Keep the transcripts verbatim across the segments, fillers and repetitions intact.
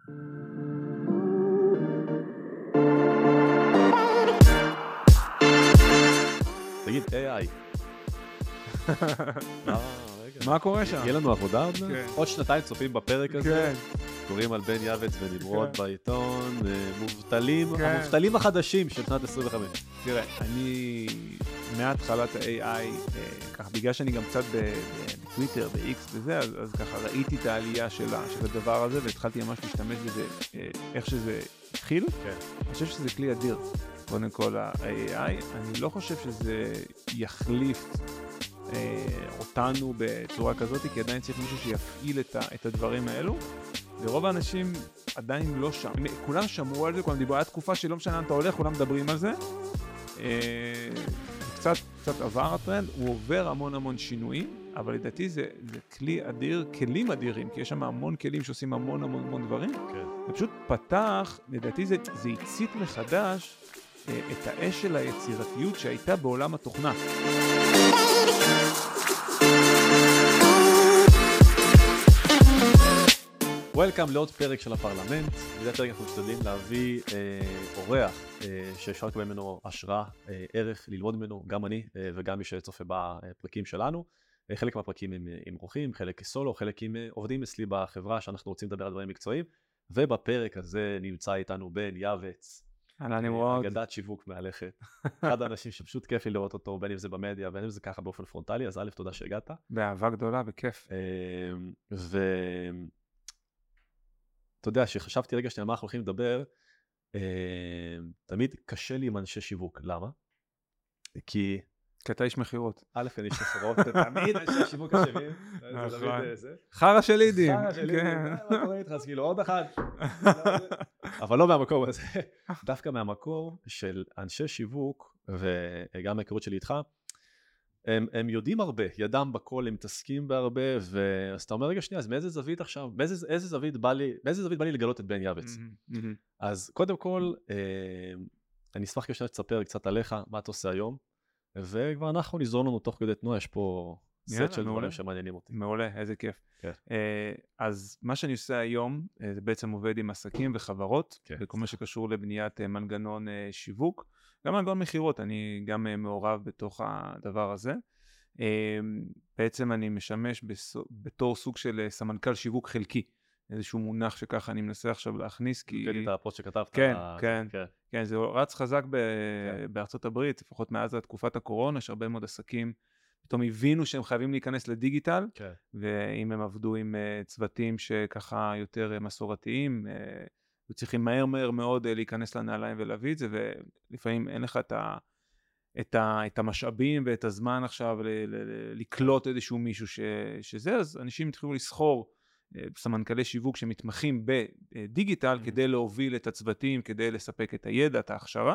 תגיד, איי איי. מה קורה שם? יהיה לנו עבודה עוד מעט? כן. עוד שנתיים צופים בפרק הזה. כן. קוראים על בן יעבץ ונמרוד בעיתון, מובטלים, כן. המובטלים החדשים של שנת עשרים וחמש. תראה, אני מהתחלת ה-איי איי, ככה, בגלל שאני גם קצת בטוויטר, ב-X וזה, אז, אז ככה ראיתי את העלייה של, של הדבר הזה, והתחלתי ממש להשתמש בזה, איך שזה התחיל. כן. אני חושב שזה כלי אדיר, קודם כל ה-איי איי. אני לא חושב שזה יחליף אותנו בצורה כזאת, כי עדיין צריך מישהו שיפעיל את, ה, את הדברים האלו. ורוב האנשים עדיין לא שם. כולם שמעו על זה, כולם דיברו, היה תקופה שלא משנה אתה הולך, כולם מדברים על זה. קצת, קצת עבר הטרנד, הוא עובר המון המון שינויים, אבל לדעתי זה, זה כלי אדיר, כלים אדירים, כי יש שם המון כלים שעושים המון המון המון דברים. כן. זה פשוט פתח, לדעתי זה, זה הצית מחדש את האש של היצירתיות שהייתה בעולם התוכנה. וולקאם לעוד פרק של הפרלמנט. בזה פרק אנחנו משתדלים להביא אה, אורח אה, שאפשר לקבל ממנו השראה, אה, ערך, ללמוד ממנו, גם אני אה, וגם מי שצופה בפרקים שלנו. אה, חלק מהפרקים עם, עם אורחים, חלק סולו, חלק עם אה, עובדים אצלי בחברה שאנחנו רוצים לדבר על דברים מקצועיים. ובפרק הזה נמצא איתנו בן יעבץ. אהלן נמרוד. אגדת שיווק מהלכת. אחד האנשים שפשוט כיף לי לראות אותו, בין אם זה במדיה, בין אם זה ככה באופן פרונטלי, אז א', תודה שהגעת. באהבה גדולה, בכיף. ו... אתה יודע, שחשבתי רגע שנייה מה אנחנו הולכים לדבר, תמיד קשה לי עם אנשי שיווק. למה? כי... כי אתה איש מחירות. א', אני איש מחירות, תמיד אנשי שיווק אשמים. חרא של לידים. חרא של לידים. מה קורה איתך? אז כאילו עוד אחד. אבל לא מהמקור הזה. דווקא מהמקור של אנשי שיווק, וגם מההיכרות שלי איתך, הם, הם יודעים הרבה, ידם בכל, הם מתעסקים בהרבה, ואז אתה אומר, רגע שנייה, אז מאיזה זווית עכשיו, באיזה, איזה זווית בא לי, באיזה זווית בא לי לגלות את בן יעבץ? Mm-hmm, mm-hmm. אז קודם כל, אה, אני אשמח כשאני תספר קצת עליך, מה אתה עושה היום, וכבר אנחנו נזרום לנו תוך כדי תנועה, יש פה סט של דברים שמעניינים אותי. מעולה, איזה כיף. כן. אה, אז מה שאני עושה היום, אה, זה בעצם עובד עם עסקים וחברות, כן. וכל מה שקשור לבניית אה, מנגנון אה, שיווק, גם מנגנון מחירות, אני גם uh, מעורב בתוך הדבר הזה. Uh, בעצם אני משמש בסו, בתור סוג של uh, סמנכ"ל שיווק חלקי, איזשהו מונח שככה אני מנסה עכשיו להכניס, כי... קראתי את הפוסט שכתבת. כן, ה... כן, כן, כן, זה רץ חזק ב... כן. בארצות הברית, לפחות מאז תקופת הקורונה, יש הרבה מאוד עסקים, פתאום הבינו שהם חייבים להיכנס לדיגיטל, כן. ואם הם עבדו עם uh, צוותים שככה יותר uh, מסורתיים, uh, וצריכים מהר מהר מאוד להיכנס לנעליים ולהביא את זה, ולפעמים אין לך את, ה, את, ה, את המשאבים ואת הזמן עכשיו ל, ל, לקלוט איזשהו מישהו ש, שזה, אז אנשים התחילו לסחור סמנכ"לי שיווק שמתמחים בדיגיטל mm-hmm. כדי להוביל את הצוותים, כדי לספק את הידע, את ההכשרה,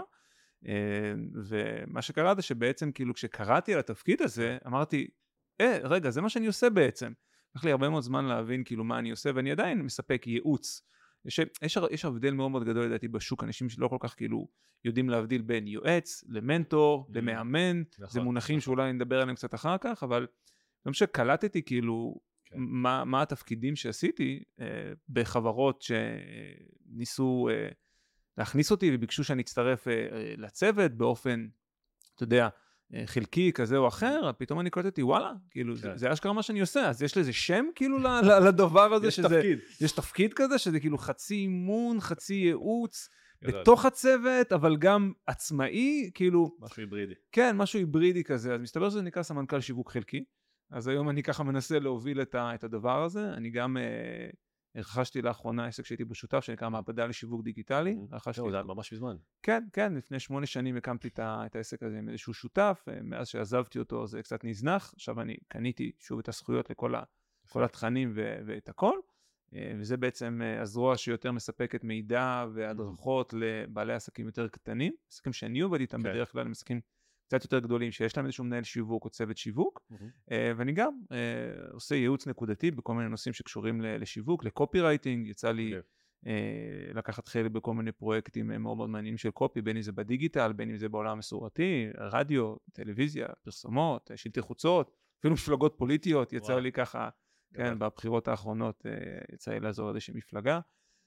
ומה שקרה זה שבעצם כאילו כשקראתי על התפקיד הזה, אמרתי, אה, רגע, זה מה שאני עושה בעצם. לקח לי הרבה מאוד זמן להבין כאילו מה אני עושה, ואני עדיין מספק ייעוץ. יש, יש, יש הבדל מאוד מאוד גדול לדעתי בשוק, אנשים שלא כל כך כאילו יודעים להבדיל בין יועץ, למנטור, mm-hmm. למאמן, נכון, זה מונחים נכון. שאולי נדבר עליהם קצת אחר כך, אבל גם שקלטתי כאילו okay. מה, מה התפקידים שעשיתי אה, בחברות שניסו אה, להכניס אותי וביקשו שאני אצטרף אה, לצוות באופן, אתה יודע, חלקי כזה או אחר, פתאום אני קולטתי, וואלה, כאילו, זה, זה אשכרה מה שאני עושה, אז יש לזה שם כאילו לדבר הזה, יש שזה, תפקיד. יש תפקיד כזה, שזה כאילו חצי אימון, חצי ייעוץ, בתוך הצוות, אבל גם עצמאי, כאילו... משהו היברידי. כן, משהו היברידי כזה, אז מסתבר שזה נקרא סמנכ"ל שיווק חלקי, אז היום אני ככה מנסה להוביל את, ה, את הדבר הזה, אני גם... אה, רכשתי לאחרונה עסק שהייתי בשותף, שנקרא מעבדה לשיווק דיגיטלי. זהו, זה היה ממש בזמן. כן, כן, לפני שמונה שנים הקמתי את העסק הזה עם איזשהו שותף, מאז שעזבתי אותו זה קצת נזנח, עכשיו אני קניתי שוב את הזכויות לכל התכנים ואת הכל, וזה בעצם הזרוע שיותר מספקת מידע והדרכות לבעלי עסקים יותר קטנים, עסקים שאני עובד איתם בדרך כלל, הם עסקים קצת יותר גדולים, שיש להם איזשהו מנהל שיווק או צוות שיווק, mm-hmm. ואני גם uh, עושה ייעוץ נקודתי בכל מיני נושאים שקשורים לשיווק, לקופי רייטינג, יצא לי okay. uh, לקחת חלק בכל מיני פרויקטים מאוד מאוד מעניינים של קופי, בין אם זה בדיגיטל, בין אם זה בעולם המסורתי, רדיו, טלוויזיה, פרסומות, שלטי חוצות, אפילו מפלגות פוליטיות, יצא wow. לי ככה, כן, בבחירות האחרונות uh, יצא לי לעזור איזושהי מפלגה,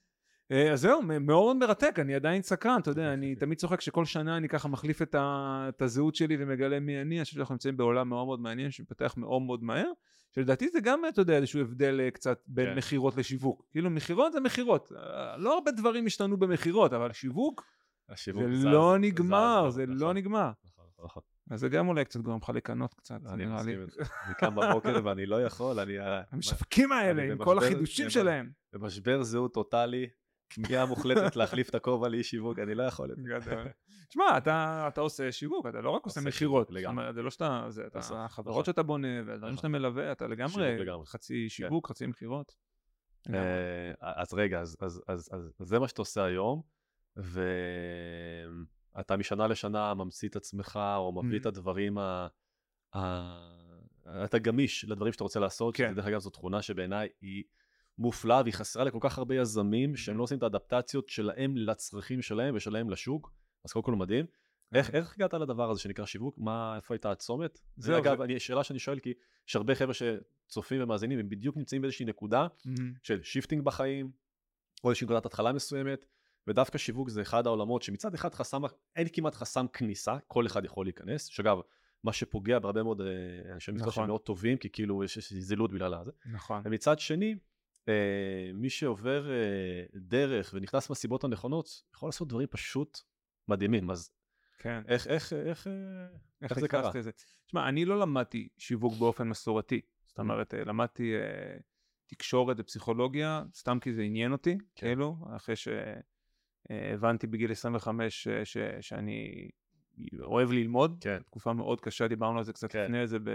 אז זהו, מאוד מרתק, אני עדיין סקרן, אתה יודע, אני תמיד צוחק שכל שנה אני ככה מחליף את, ה, את הזהות שלי ומגלה מי אני, אני חושב שאנחנו נמצאים בעולם מאוד מאוד מעניין, שמפתח מאוד מאוד מהר, שלדעתי זה גם, אתה יודע, איזשהו הבדל קצת בין כן. מחירות לשיווק, כאילו מחירות זה מחירות, לא הרבה דברים השתנו במחירות, אבל שיווק, זה זז, לא נגמר, זז, זה נכון, לא נגמר. נכון, נכון. אז זה גם אולי קצת גורם לך לקנות קצת, אני נראה לי. מסכים את זה. אני קם בבוקר ואני לא יכול, אני... המשווקים האלה, עם כל החידושים שלהם. במשבר זהות טוטלי, כמיהה מוחלטת להחליף את הכובע לאי שיווק, אני לא יכול את זה. תשמע, אתה עושה שיווק, אתה לא רק עושה מחירות. זה לא שאתה, אתה החברות שאתה בונה, והדברים שאתה מלווה, אתה לגמרי חצי שיווק, חצי מחירות. אז רגע, אז זה מה שאתה עושה היום, ואתה משנה לשנה ממציא את עצמך, או מביא את הדברים, אתה גמיש לדברים שאתה רוצה לעשות, שדרך אגב זו תכונה שבעיניי היא מופלאה, והיא חסרה לכל כך הרבה יזמים, שהם לא עושים את האדפטציות שלהם לצרכים שלהם, ושלהם לשוק, אז קודם כל מדהים. איך הגעת לדבר הזה שנקרא שיווק? איפה הייתה הצומת? זה אגב, שאלה שאני שואל, כי יש הרבה חבר'ה שצופים ומאזינים, הם בדיוק נמצאים באיזושהי נקודה של שיפטינג בחיים, או איזושהי נקודת התחלה מסוימת, ודווקא שיווק זה אחד העולמות שמצד אחד חסם, אין כמעט חסם כניסה, כל אחד יכול להיכנס, שאגב, מה שפוגע בהרבה מאוד אנשי מקצוע שהם מאוד טובים, כי כאילו יש זילות בגלל זה. נכון. ומצד שני, מי שעובר דרך ונכנס מהסיבות הנכונות, יכול לעשות דברים פשוט מדהימים, אז כן. איך, איך, איך, איך זה קרה? תשמע, אני לא למדתי שיווק באופן מסורתי, זאת אומרת, למדתי תקשורת ופסיכולוגיה, סתם כי זה עניין אותי, כאילו, אחרי שהבנתי בגיל עשרים וחמש שאני אוהב ללמוד, תקופה מאוד קשה, דיברנו על זה קצת לפני זה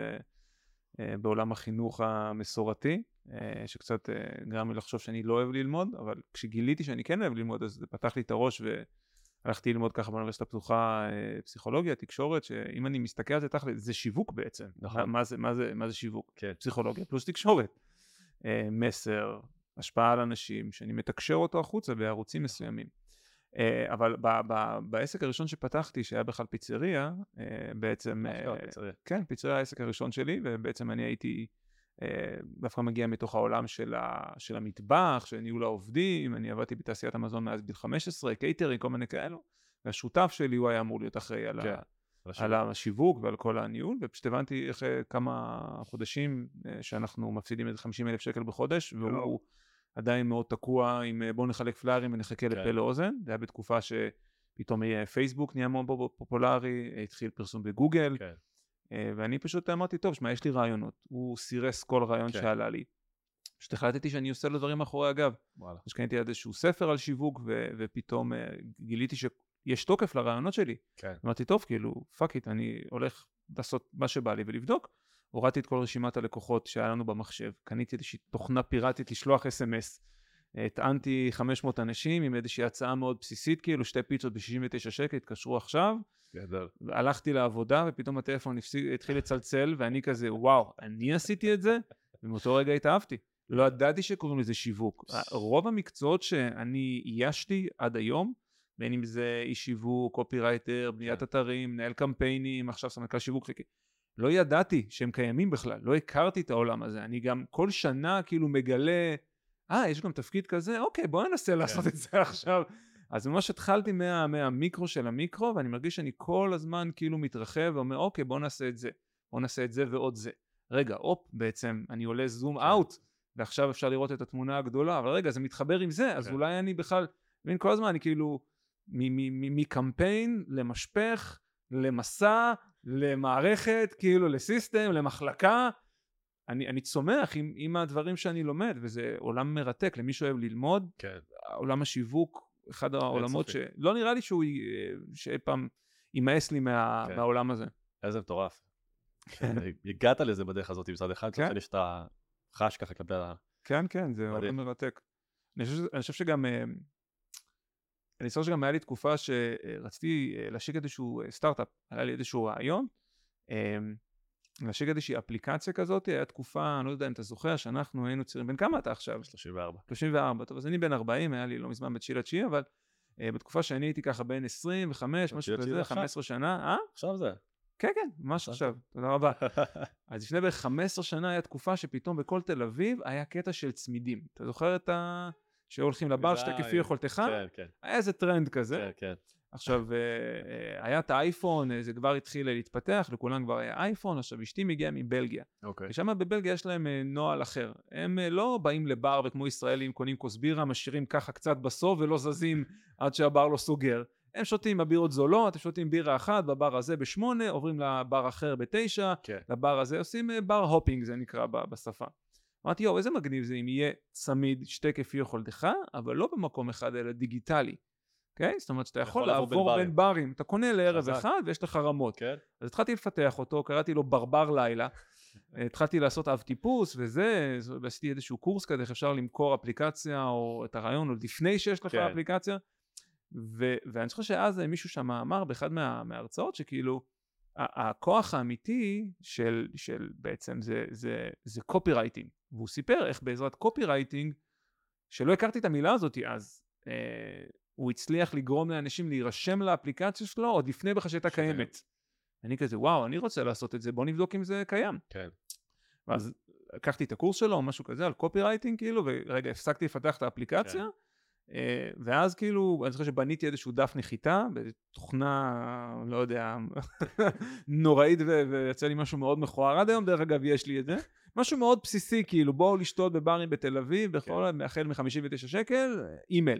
בעולם החינוך המסורתי, שקצת גרם לי לחשוב שאני לא אוהב ללמוד, אבל כשגיליתי שאני כן אוהב ללמוד, אז זה פתח לי את הראש והלכתי ללמוד ככה באוניברסיטה הפתוחה פסיכולוגיה, תקשורת, שאם אני מסתכל על זה תכל'ס, זה שיווק בעצם. מה זה, מה זה, מה זה שיווק? פסיכולוגיה פלוס תקשורת. מסר, השפעה על אנשים, שאני מתקשר אותו החוצה בערוצים מסוימים. אבל בעסק הראשון שפתחתי, שהיה בכלל פיצריה, בעצם, כן, פיצריה העסק הראשון שלי, ובעצם אני הייתי דווקא מגיע מתוך העולם של המטבח, של ניהול העובדים, אני עבדתי בתעשיית המזון מאז גיל חמש עשרה, קייטרינג, כל מיני כאלו, והשותף שלי הוא היה אמור להיות אחראי על השיווק ועל כל הניהול, ופשוט הבנתי אחרי כמה חודשים שאנחנו מפסידים איזה חמישים אלף שקל בחודש, והוא עדיין מאוד תקוע עם בוא נחלק פליירים ונחכה לפה לאוזן. זה היה בתקופה שפתאום פייסבוק נהיה מאוד פופולרי, התחיל פרסום בגוגל, ואני פשוט אמרתי, טוב, שמה, יש לי רעיונות. הוא סירס כל רעיון שעלה לי. פשוט החלטתי שאני עושה לו דברים מאחורי הגב. אז קניתי איזשהו ספר על שיווק, ופתאום גיליתי שיש תוקף לרעיונות שלי. אמרתי, טוב, כאילו, פאק איט, אני הולך לעשות מה שבא לי ולבדוק. הורדתי את כל רשימת הלקוחות שהיה לנו במחשב, קניתי איזושהי תוכנה פיראטית לשלוח אס אם אס, טענתי חמש מאות אנשים עם איזושהי הצעה מאוד בסיסית, כאילו שתי פיצות ב-שישים ותשע שקל, התקשרו עכשיו, הלכתי לעבודה ופתאום הטלפון התחיל לצלצל, ואני כזה, וואו, אני עשיתי את זה, ומאותו רגע התאהבתי. לא ידעתי שקוראים לזה שיווק. רוב המקצועות שאני איישתי עד היום, בין אם זה אי שיווק, קופירייטר, בניית אתרים, מנהל קמפיינים, עכשיו סמנכ"ל שיווק, לא ידעתי שהם קיימים בכלל, לא הכרתי את העולם הזה, אני גם כל שנה כאילו מגלה, אה, יש גם תפקיד כזה, אוקיי, בוא ננסה לעשות את זה עכשיו. אז ממש התחלתי מה, מהמיקרו של המיקרו, ואני מרגיש שאני כל הזמן כאילו מתרחב, ואומר, אוקיי, בוא נעשה את זה, בוא נעשה את זה ועוד זה. רגע, אופ, בעצם אני עולה זום אאוט, ועכשיו אפשר לראות את התמונה הגדולה, אבל רגע, זה מתחבר עם זה, אז אולי אני בכלל, מבין כל הזמן, אני כאילו, מקמפיין למשפך, למסע, למערכת, כאילו לסיסטם, למחלקה, אני, אני צומח עם, עם הדברים שאני לומד, וזה עולם מרתק, למי שאוהב ללמוד, כן. עולם השיווק, אחד העולמות שלא נראה לי שהוא, שפעם יימאס לי מה, כן. מהעולם הזה. איזה מטורף. הגעת לזה בדרך הזאת מצד אחד, כן. יש את החש ככה כלפי ה... כן, כן, זה עולם מרתק. אני חושב, אני חושב שגם... אני חושב שגם היה לי תקופה שרציתי להשיק איזשהו סטארט-אפ, היה לי איזשהו רעיון, להשיק איזושהי אפליקציה כזאת, היה תקופה, אני לא יודע אם אתה זוכר, שאנחנו היינו צעירים, בין כמה אתה עכשיו? שלושים וארבע. שלושים וארבע, טוב, אז אני בין ארבעים, היה לי לא מזמן בתשיעי לתשיעי, אבל בתקופה שאני הייתי ככה בין עשרים וחמש, משהו כזה, חמש עשרה שנה, אה? עכשיו זה. כן, כן, ממש עכשיו, תודה רבה. אז לפני בערך חמש עשרה שנה היה תקופה שפתאום בכל תל אביב היה קטע של צמידים. אתה זוכר את ה... שהולכים לבר, שתה כפי יכולתך, כן, כן. היה איזה טרנד כזה. כן, כן. עכשיו, היה את האייפון, זה כבר התחיל להתפתח, לכולם כבר היה אייפון, עכשיו אשתי מגיעה מבלגיה. אוקיי. ושם בבלגיה יש להם נוהל אחר. הם לא באים לבר וכמו ישראלים קונים כוס בירה, משאירים ככה קצת בסוף ולא זזים עד שהבר לא סוגר. הם שותים הבירות זולות, הם שותים בירה אחת בבר הזה בשמונה, עוברים לבר אחר בתשע, כן. לבר הזה עושים בר הופינג, זה נקרא בשפה. אמרתי, יו, איזה מגניב זה אם יהיה צמיד שתי כפי יכולתך, אבל לא במקום אחד אלא דיגיטלי. Okay? זאת אומרת שאתה יכול לעבור בין ברים, אתה קונה לערב אחד ויש לך רמות. Okay. אז התחלתי לפתח אותו, קראתי לו ברבר לילה, התחלתי לעשות אב טיפוס וזה, ועשיתי איזשהו קורס כזה, איך אפשר למכור אפליקציה או את הרעיון, או לפני שיש לך okay. אפליקציה, ו- ואני חושב שאז מישהו שם אמר באחד מה- מההרצאות שכאילו, הכוח האמיתי של, של בעצם זה, זה, זה קופי רייטינג, והוא סיפר איך בעזרת קופי רייטינג, שלא הכרתי את המילה הזאת אז, אה, הוא הצליח לגרום לאנשים להירשם לאפליקציה שלו עוד לפני בכלל שהייתה קיימת. אני כזה, וואו, אני רוצה לעשות את זה, בוא נבדוק אם זה קיים. כן. ואז לקחתי את הקורס שלו או משהו כזה על קופי רייטינג כאילו, ורגע הפסקתי לפתח את האפליקציה, ואז כאילו, אני חושב שבניתי איזשהו דף נחיתה, בתוכנה, לא יודע, נוראית, ויצא לי משהו מאוד מכוער, עד היום דרך אגב יש לי את זה, משהו מאוד בסיסי כאילו, בואו לשתות בברים בתל אביב, בכל החל מ-חמישים ותשעה שקל, אימייל.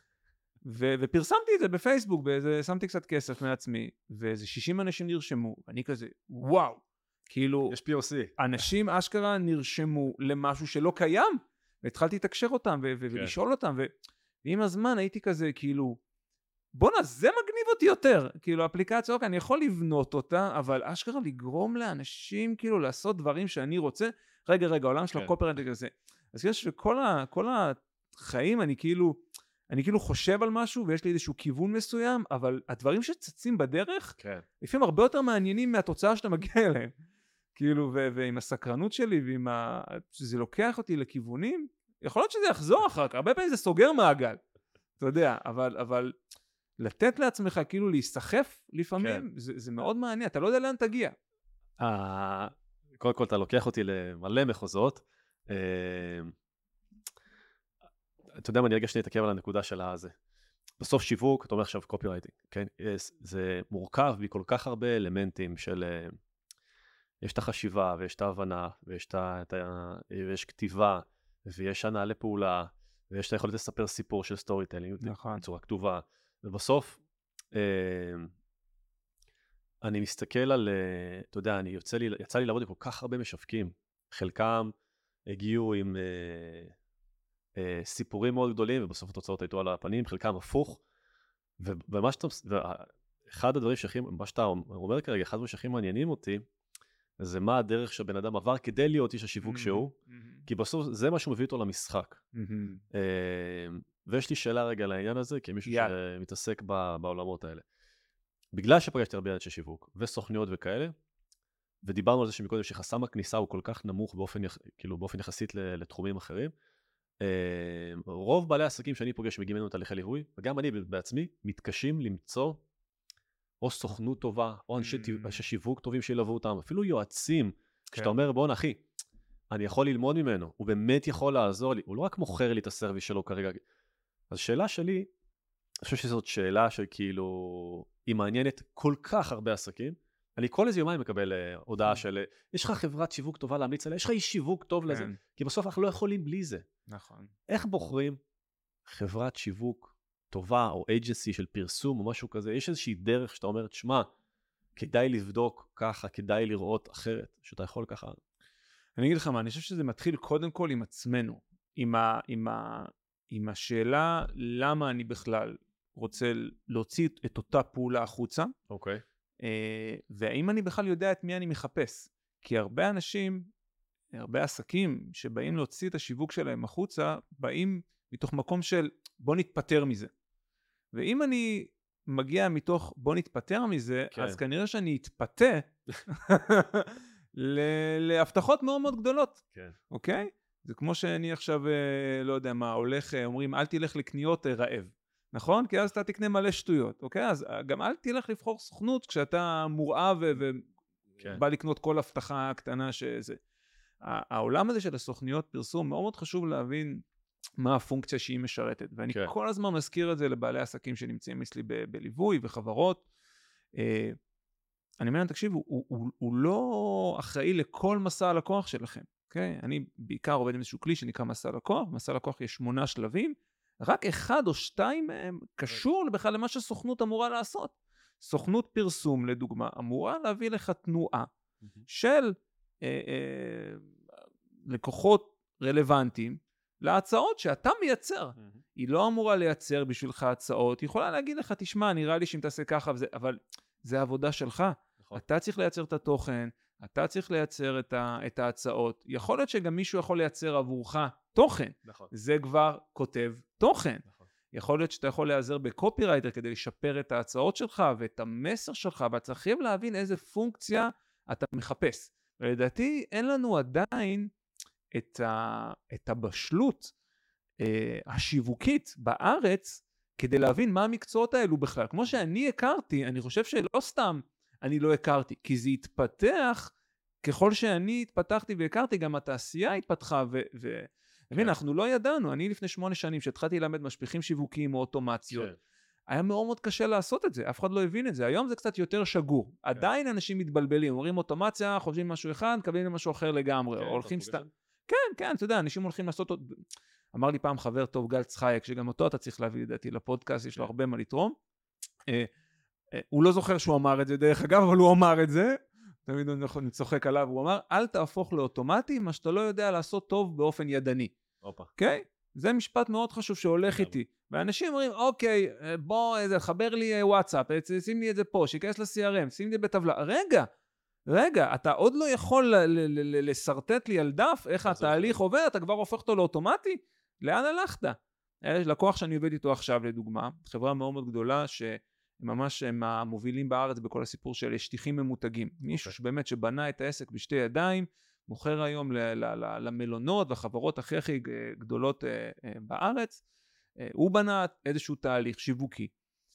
ו- ופרסמתי את זה בפייסבוק, באיזה, שמתי קצת כסף מעצמי, ואיזה שישים אנשים נרשמו, ואני כזה, וואו, כאילו, יש פי או סי. אנשים אשכרה נרשמו למשהו שלא קיים, והתחלתי לתקשר אותם, ו- ו- כן. ולשאול אותם, ו- ועם הזמן הייתי כזה, כאילו, בונה, זה מגניב אותי יותר, כאילו, אפליקציה, אוקיי, אני יכול לבנות אותה, אבל אשכרה לגרום לאנשים, כאילו, לעשות דברים שאני רוצה, רגע, רגע, העולם של הקופרנט כזה, אז יש שכל ה- כל החיים, אני כאילו, אני כאילו חושב על משהו ויש לי איזשהו כיוון מסוים, אבל הדברים שצצים בדרך, כן. לפעמים הרבה יותר מעניינים מהתוצאה שאתה מגיע אליהם. כאילו, ו- ועם הסקרנות שלי, ועם ה... שזה לוקח אותי לכיוונים, יכול להיות שזה יחזור אחר כך, הרבה פעמים זה סוגר מעגל, אתה יודע, אבל, אבל לתת לעצמך כאילו להיסחף לפעמים, כן. זה, זה מאוד מעניין, אתה לא יודע לאן תגיע. אה, קודם כל אתה לוקח אותי למלא מחוזות, אה... אתה יודע מה, אני רגע שנייה אתעכב על הנקודה של הזה. בסוף שיווק, אתה אומר עכשיו קופי רייטינג, כן? זה מורכב מכל כך הרבה אלמנטים של, יש את החשיבה, ויש את ההבנה, ויש, את ה, ויש כתיבה, ויש הנעה לפעולה, ויש את היכולת לספר סיפור של סטורי טיילינג, נכון. בצורה כתובה. ובסוף, אני מסתכל על, אתה יודע, אני יוצא לי, יצא לי לעבוד עם כל כך הרבה משווקים, חלקם הגיעו עם... סיפורים מאוד גדולים, ובסוף התוצאות הייתו על הפנים, חלקם הפוך, ומה שאתה, אחד הדברים שהכי, מה שאתה אומר כרגע, אחד הדברים שהכי מעניינים אותי, זה מה הדרך שהבן אדם עבר כדי להיות איש השיווק שהוא, כי בסוף זה מה שמביא אותו למשחק. ויש לי שאלה רגע לעניין הזה, כמישהו שמתעסק בעולמות האלה. בגלל שפגשתי הרבה אנשי שיווק, וסוכניות וכאלה, ודיברנו על זה שמקודם שחסם הכניסה הוא כל כך נמוך באופן, כאילו באופן יחסית לתחומים אחרים, רוב בעלי העסקים שאני פוגש מגיעים לנו תהליכי ליווי, וגם אני בעצמי מתקשים למצוא או סוכנות טובה, או אנשי שיווק טובים שילוו אותם, אפילו יועצים, שאתה אומר, בוא אחי, אני יכול ללמוד ממנו, הוא באמת יכול לעזור לי, הוא לא רק מוכר לי את הסרוויס שלו כרגע. אז שאלה שלי, אני חושב שזאת שאלה שכאילו, היא מעניינת כל כך הרבה עסקים, אני כל איזה יומיים מקבל הודעה של, יש לך חברת שיווק טובה להמליץ עליה, יש לך איש שיווק טוב לזה, כי בסוף אנחנו לא יכולים בלי זה. נכון. איך בוחרים חברת שיווק טובה, או אייג'נסי של פרסום, או משהו כזה? יש איזושהי דרך שאתה אומר, שמה, כדאי לבדוק ככה, כדאי לראות אחרת, שאתה יכול ככה. אני אגיד לך מה, אני חושב שזה מתחיל קודם כל עם עצמנו, עם, ה, עם, ה, עם השאלה למה אני בכלל רוצה להוציא את אותה פעולה החוצה, אוקיי. והאם אני בכלל יודע את מי אני מחפש, כי הרבה אנשים, הרבה עסקים שבאים להוציא את השיווק שלהם החוצה, באים מתוך מקום של בוא נתפטר מזה. ואם אני מגיע מתוך בוא נתפטר מזה, כן. אז כנראה שאני אתפתה להבטחות מאוד מאוד גדולות. כן. אוקיי? זה כמו שאני עכשיו, לא יודע מה, הולך, אומרים אל תלך לקניות רעב. נכון? כי אז אתה תקנה מלא שטויות, אוקיי? אז גם אל תלך לבחור סוכנות כשאתה מורעב ובא לקנות כל הבטחה קטנה שזה. העולם הזה של הסוכניות פרסום, מאוד מאוד חשוב להבין מה הפונקציה שהיא משרתת. ואני כן. כל הזמן מזכיר את זה לבעלי עסקים שנמצאים אצלי ב- בליווי וחברות. אה, אני אומר, תקשיבו, הוא, הוא, הוא לא אחראי לכל מסע הלקוח שלכם. Okay? אני בעיקר עובד עם איזשהו כלי שנקרא מסע לקוח. מסע לקוח יש שמונה שלבים, רק אחד או שתיים מהם קשור בכלל למה שסוכנות אמורה לעשות. סוכנות פרסום, לדוגמה, אמורה להביא לך תנועה של אה, אה, לקוחות רלוונטיים להצעות שאתה מייצר. היא לא אמורה לייצר בשבילך הצעות, היא יכולה להגיד לך, תשמע, נראה לי שאם תעשה ככה, וזה, אבל זה העבודה שלך. נכון. אתה צריך לייצר את התוכן, אתה צריך לייצר את, ה, את ההצעות. יכול להיות שגם מישהו יכול לייצר עבורך תוכן. נכון. זה כבר כותב תוכן. נכון. יכול להיות שאתה יכול להיעזר בקופירייטר כדי לשפר את ההצעות שלך ואת המסר שלך, ואתה צריכים להבין איזה פונקציה אתה מחפש. ולדעתי אין לנו עדיין את, ה, את הבשלות אה, השיווקית בארץ כדי להבין מה המקצועות האלו בכלל. כמו שאני הכרתי, אני חושב שלא סתם אני לא הכרתי, כי זה התפתח ככל שאני התפתחתי והכרתי, גם התעשייה התפתחה ו... ו... כן. אנחנו לא ידענו, אני לפני שמונה שנים שהתחלתי ללמד משפיכים שיווקיים או אוטומציות, כן. היה מאוד מאוד קשה לעשות את זה, אף אחד לא הבין את זה, היום זה קצת יותר שגור, כן. עדיין אנשים מתבלבלים, אומרים אוטומציה, חושבים משהו אחד, מקבלים משהו אחר לגמרי, כן, הולכים סתם, כן, כן, אתה יודע, אנשים הולכים לעשות, אמר לי פעם חבר טוב גל צחייק, שגם אותו אתה צריך להביא לדעתי לפודקאסט, יש לו הרבה מה לתרום, הוא לא זוכר שהוא אמר את זה דרך אגב, אבל הוא אמר את זה, תמיד אני צוחק עליו, הוא אמר, אל תהפוך לאוטומטי, מה שאתה לא יודע לעשות טוב באופן ידני. אוקיי? זה משפט מאוד חשוב שהולך איתי. ואנשים אומרים, אוקיי, בוא, חבר לי וואטסאפ, שים לי את זה פה, שיכנס ל-סי אר אם, שים לי בטבלה. רגע, רגע, אתה עוד לא יכול לסרטט לי על דף איך התהליך עובד, אתה כבר הופך אותו לאוטומטי? לאן הלכת? לקוח שאני עובד איתו עכשיו, לדוגמה, חברה מאוד מאוד גדולה, שממש הם המובילים בארץ בכל הסיפור של שטיחים ממותגים. מישהו שבאמת שבנה את העסק בשתי ידיים, מוכר היום למלונות והחברות הכי הכי גדולות בארץ, הוא בנה איזשהו תהליך שיווקי,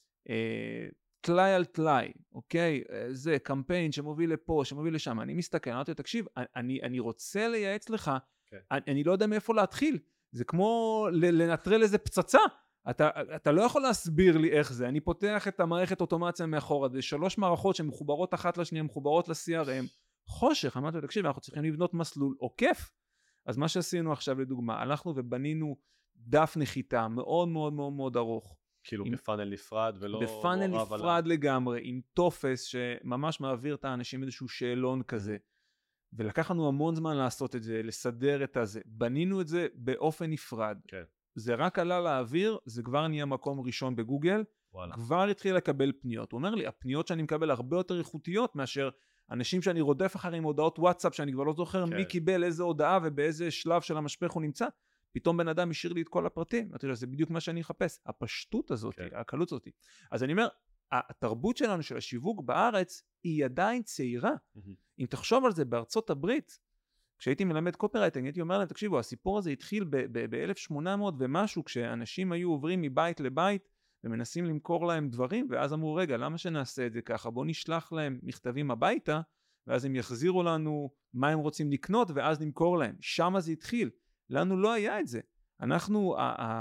תלאי על תלאי, אוקיי? זה קמפיין שמוביל לפה, שמוביל לשם, אני מסתכל, אני אומר, תקשיב, אני, אני רוצה לייעץ לך, okay. אני, אני לא יודע מאיפה להתחיל, זה כמו לנטרל איזה פצצה, אתה, אתה לא יכול להסביר לי איך זה, אני פותח את המערכת אוטומציה מאחורה, זה שלוש מערכות שמחוברות אחת לשנייה, מחוברות ל-סי אר אם, חושך, אמרתי, תקשיב, אנחנו צריכים לבנות מסלול עוקף. אז מה שעשינו עכשיו לדוגמה, הלכנו ובנינו דף נחיתה מאוד מאוד מאוד מאוד ארוך. כאילו עם, בפאנל נפרד ולא... בפאנל נפרד עליו. לגמרי, עם טופס שממש מעביר את האנשים איזשהו שאלון כזה. ולקח לנו המון זמן לעשות את זה, לסדר את הזה. בנינו את זה באופן נפרד. כן. זה רק עלה לאוויר, זה כבר נהיה מקום ראשון בגוגל. וואלה. כבר התחיל לקבל פניות. הוא אומר לי, הפניות שאני מקבל הרבה יותר איכותיות מאשר... אנשים שאני רודף אחרים הודעות וואטסאפ שאני כבר לא זוכר כן. מי קיבל איזה הודעה ובאיזה שלב של המשפך הוא נמצא, פתאום בן אדם השאיר לי את כל הפרטים, אתה יודע, זה בדיוק מה שאני אחפש, הפשטות הזאת, כן. הקלות הזאת. אז אני אומר, התרבות שלנו של השיווק בארץ היא עדיין צעירה. Mm-hmm. אם תחשוב על זה בארצות הברית, כשהייתי מלמד קופירייטינג, הייתי אומר להם, תקשיבו, הסיפור הזה התחיל ב-אלף ושמונה מאות ומשהו, כשאנשים היו עוברים מבית לבית, ומנסים למכור להם דברים, ואז אמרו, רגע, למה שנעשה את זה ככה? בוא נשלח להם מכתבים הביתה, ואז הם יחזירו לנו מה הם רוצים לקנות, ואז נמכור להם. שם זה התחיל. לנו לא היה את זה. אנחנו,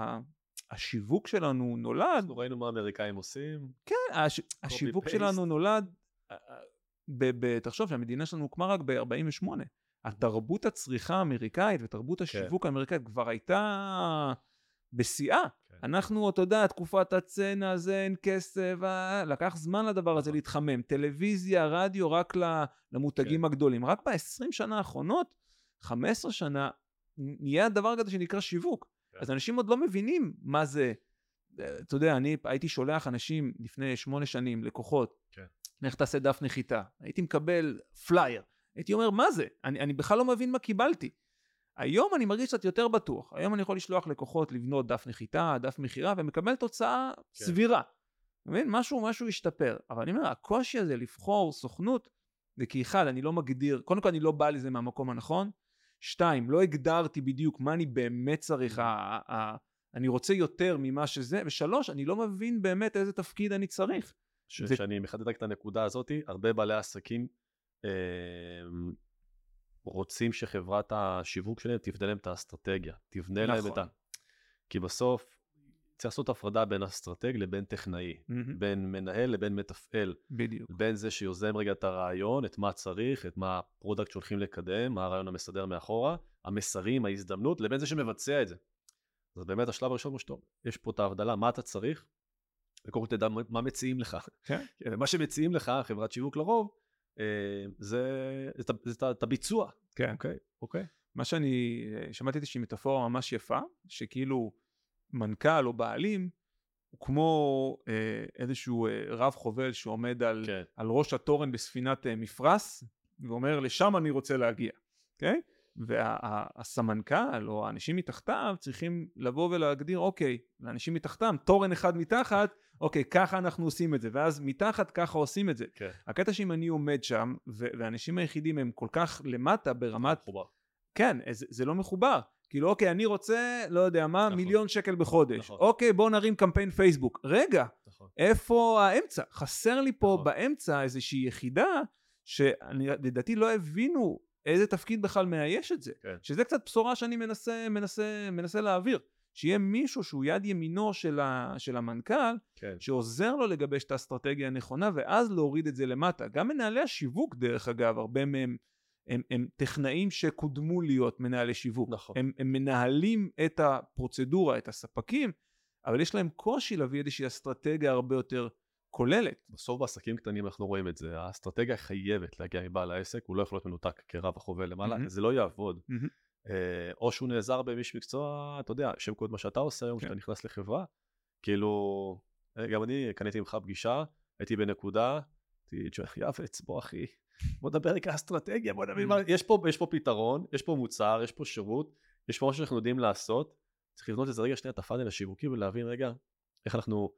השיווק שלנו נולד... אנחנו ראינו מה האמריקאים עושים. כן, השיווק שלנו נולד... תחשוב שהמדינה שלנו הוקמה רק ב-ארבעים ושמונה. התרבות הצריכה האמריקאית ותרבות השיווק האמריקאית כבר הייתה... בשיאה. כן. אנחנו, אתה יודע, תקופת הצנע הזה, אין כסף, לקח זמן לדבר הזה להתחמם. טלוויזיה, רדיו, רק למותגים כן. הגדולים. רק ב-עשרים שנה האחרונות, חמש עשרה שנה, נהיה הדבר הזה שנקרא שיווק. כן. אז אנשים עוד לא מבינים מה זה. אתה יודע, אני הייתי שולח אנשים לפני שמונה שנים, לקוחות, כן. איך תעשה דף נחיתה. הייתי מקבל פלייר. הייתי אומר, מה זה? אני, אני בכלל לא מבין מה קיבלתי. היום אני מרגיש קצת יותר בטוח. היום אני יכול לשלוח לקוחות לבנות דף נחיתה, דף מחירה, ומקבל תוצאה כן. סבירה. מבין? משהו, משהו ישתפר. אבל אני אומר, הקושי הזה לבחור סוכנות, זה כי אחד, אני לא מגדיר, קודם כל אני לא בא לזה מהמקום הנכון. שתיים, לא הגדרתי בדיוק מה אני באמת צריך, ה- ה- אני רוצה יותר ממה שזה. ושלוש, אני לא מבין באמת איזה תפקיד אני צריך. ש- זה... שאני מחדד רק את הנקודה הזאת, הרבה בעלי עסקים, אה... רוצים שחברת השיווק שלהם תבנה להם את האסטרטגיה, תבנה נכון. להם את ה... כי בסוף צריך לעשות הפרדה בין אסטרטג לבין טכנאי, Mm-hmm. בין מנהל לבין מתפעל, בדיוק. בין זה שיוזם רגע את הרעיון, את מה צריך, את מה הפרודקט שהולכים לקדם, מה הרעיון המסדר מאחורה, המסרים, ההזדמנות, לבין זה שמבצע את זה. אז באמת השלב הראשון הוא שטוב, יש פה את ההבדלה, מה אתה צריך, וקודם כל תדע מה מציעים לך. כן. מה שמציעים לך, חברת שיווק לרוב, זה את הביצוע. כן. אוקיי, אוקיי. מה שאני, שמעתי איזושהי מטאפורה ממש יפה, שכאילו מנכ"ל או בעלים, הוא כמו אה, איזשהו אה, רב חובל שעומד על, כן. על ראש התורן בספינת אה, מפרס, ואומר לשם אני רוצה להגיע, אוקיי? והסמנכ"ל או האנשים מתחתיו צריכים לבוא ולהגדיר, אוקיי, לאנשים מתחתם, תורן אחד מתחת, אוקיי, ככה אנחנו עושים את זה, ואז מתחת ככה עושים את זה. כן. הקטע שאם אני עומד שם, והאנשים היחידים הם כל כך למטה ברמת... מחובר. כן, זה, זה לא מחובר. כאילו, אוקיי, אני רוצה, לא יודע מה, נכון. מיליון שקל בחודש. נכון. אוקיי, בוא נרים קמפיין פייסבוק. רגע, נכון. איפה האמצע? חסר לי פה נכון. באמצע איזושהי יחידה, שלדעתי לא הבינו איזה תפקיד בכלל מאייש את זה. כן. שזה קצת בשורה שאני מנסה, מנסה, מנסה להעביר. שיהיה מישהו שהוא יד ימינו של, ה, של המנכ"ל, כן. שעוזר לו לגבש את האסטרטגיה הנכונה, ואז להוריד את זה למטה. גם מנהלי השיווק, דרך אגב, הרבה מהם, הם, הם טכנאים שקודמו להיות מנהלי שיווק. נכון. הם, הם מנהלים את הפרוצדורה, את הספקים, אבל יש להם קושי להביא איזושהי אסטרטגיה הרבה יותר כוללת. בסוף בעסקים קטנים אנחנו רואים את זה, האסטרטגיה חייבת להגיע מבעל העסק, הוא לא יכול להיות מנותק כרב החובל למעלה, Mm-hmm. זה לא יעבוד. Mm-hmm. או שהוא נעזר במיש מקצוע, אתה יודע, שם קוד מה שאתה עושה היום, כשאתה נכנס לחברה, כאילו, גם אני קניתי ממך פגישה, הייתי בנקודה, יאבץ, בוא אחי, בוא נדבר רק האסטרטגיה, בוא נבין מה, יש פה, יש פה פתרון, יש פה מוצר, יש פה שירות, יש פה משהו שאנחנו יודעים לעשות, צריך לבנות איזה רגע שנייה את הפאנל השיווקי ולהבין רגע, איך אנחנו,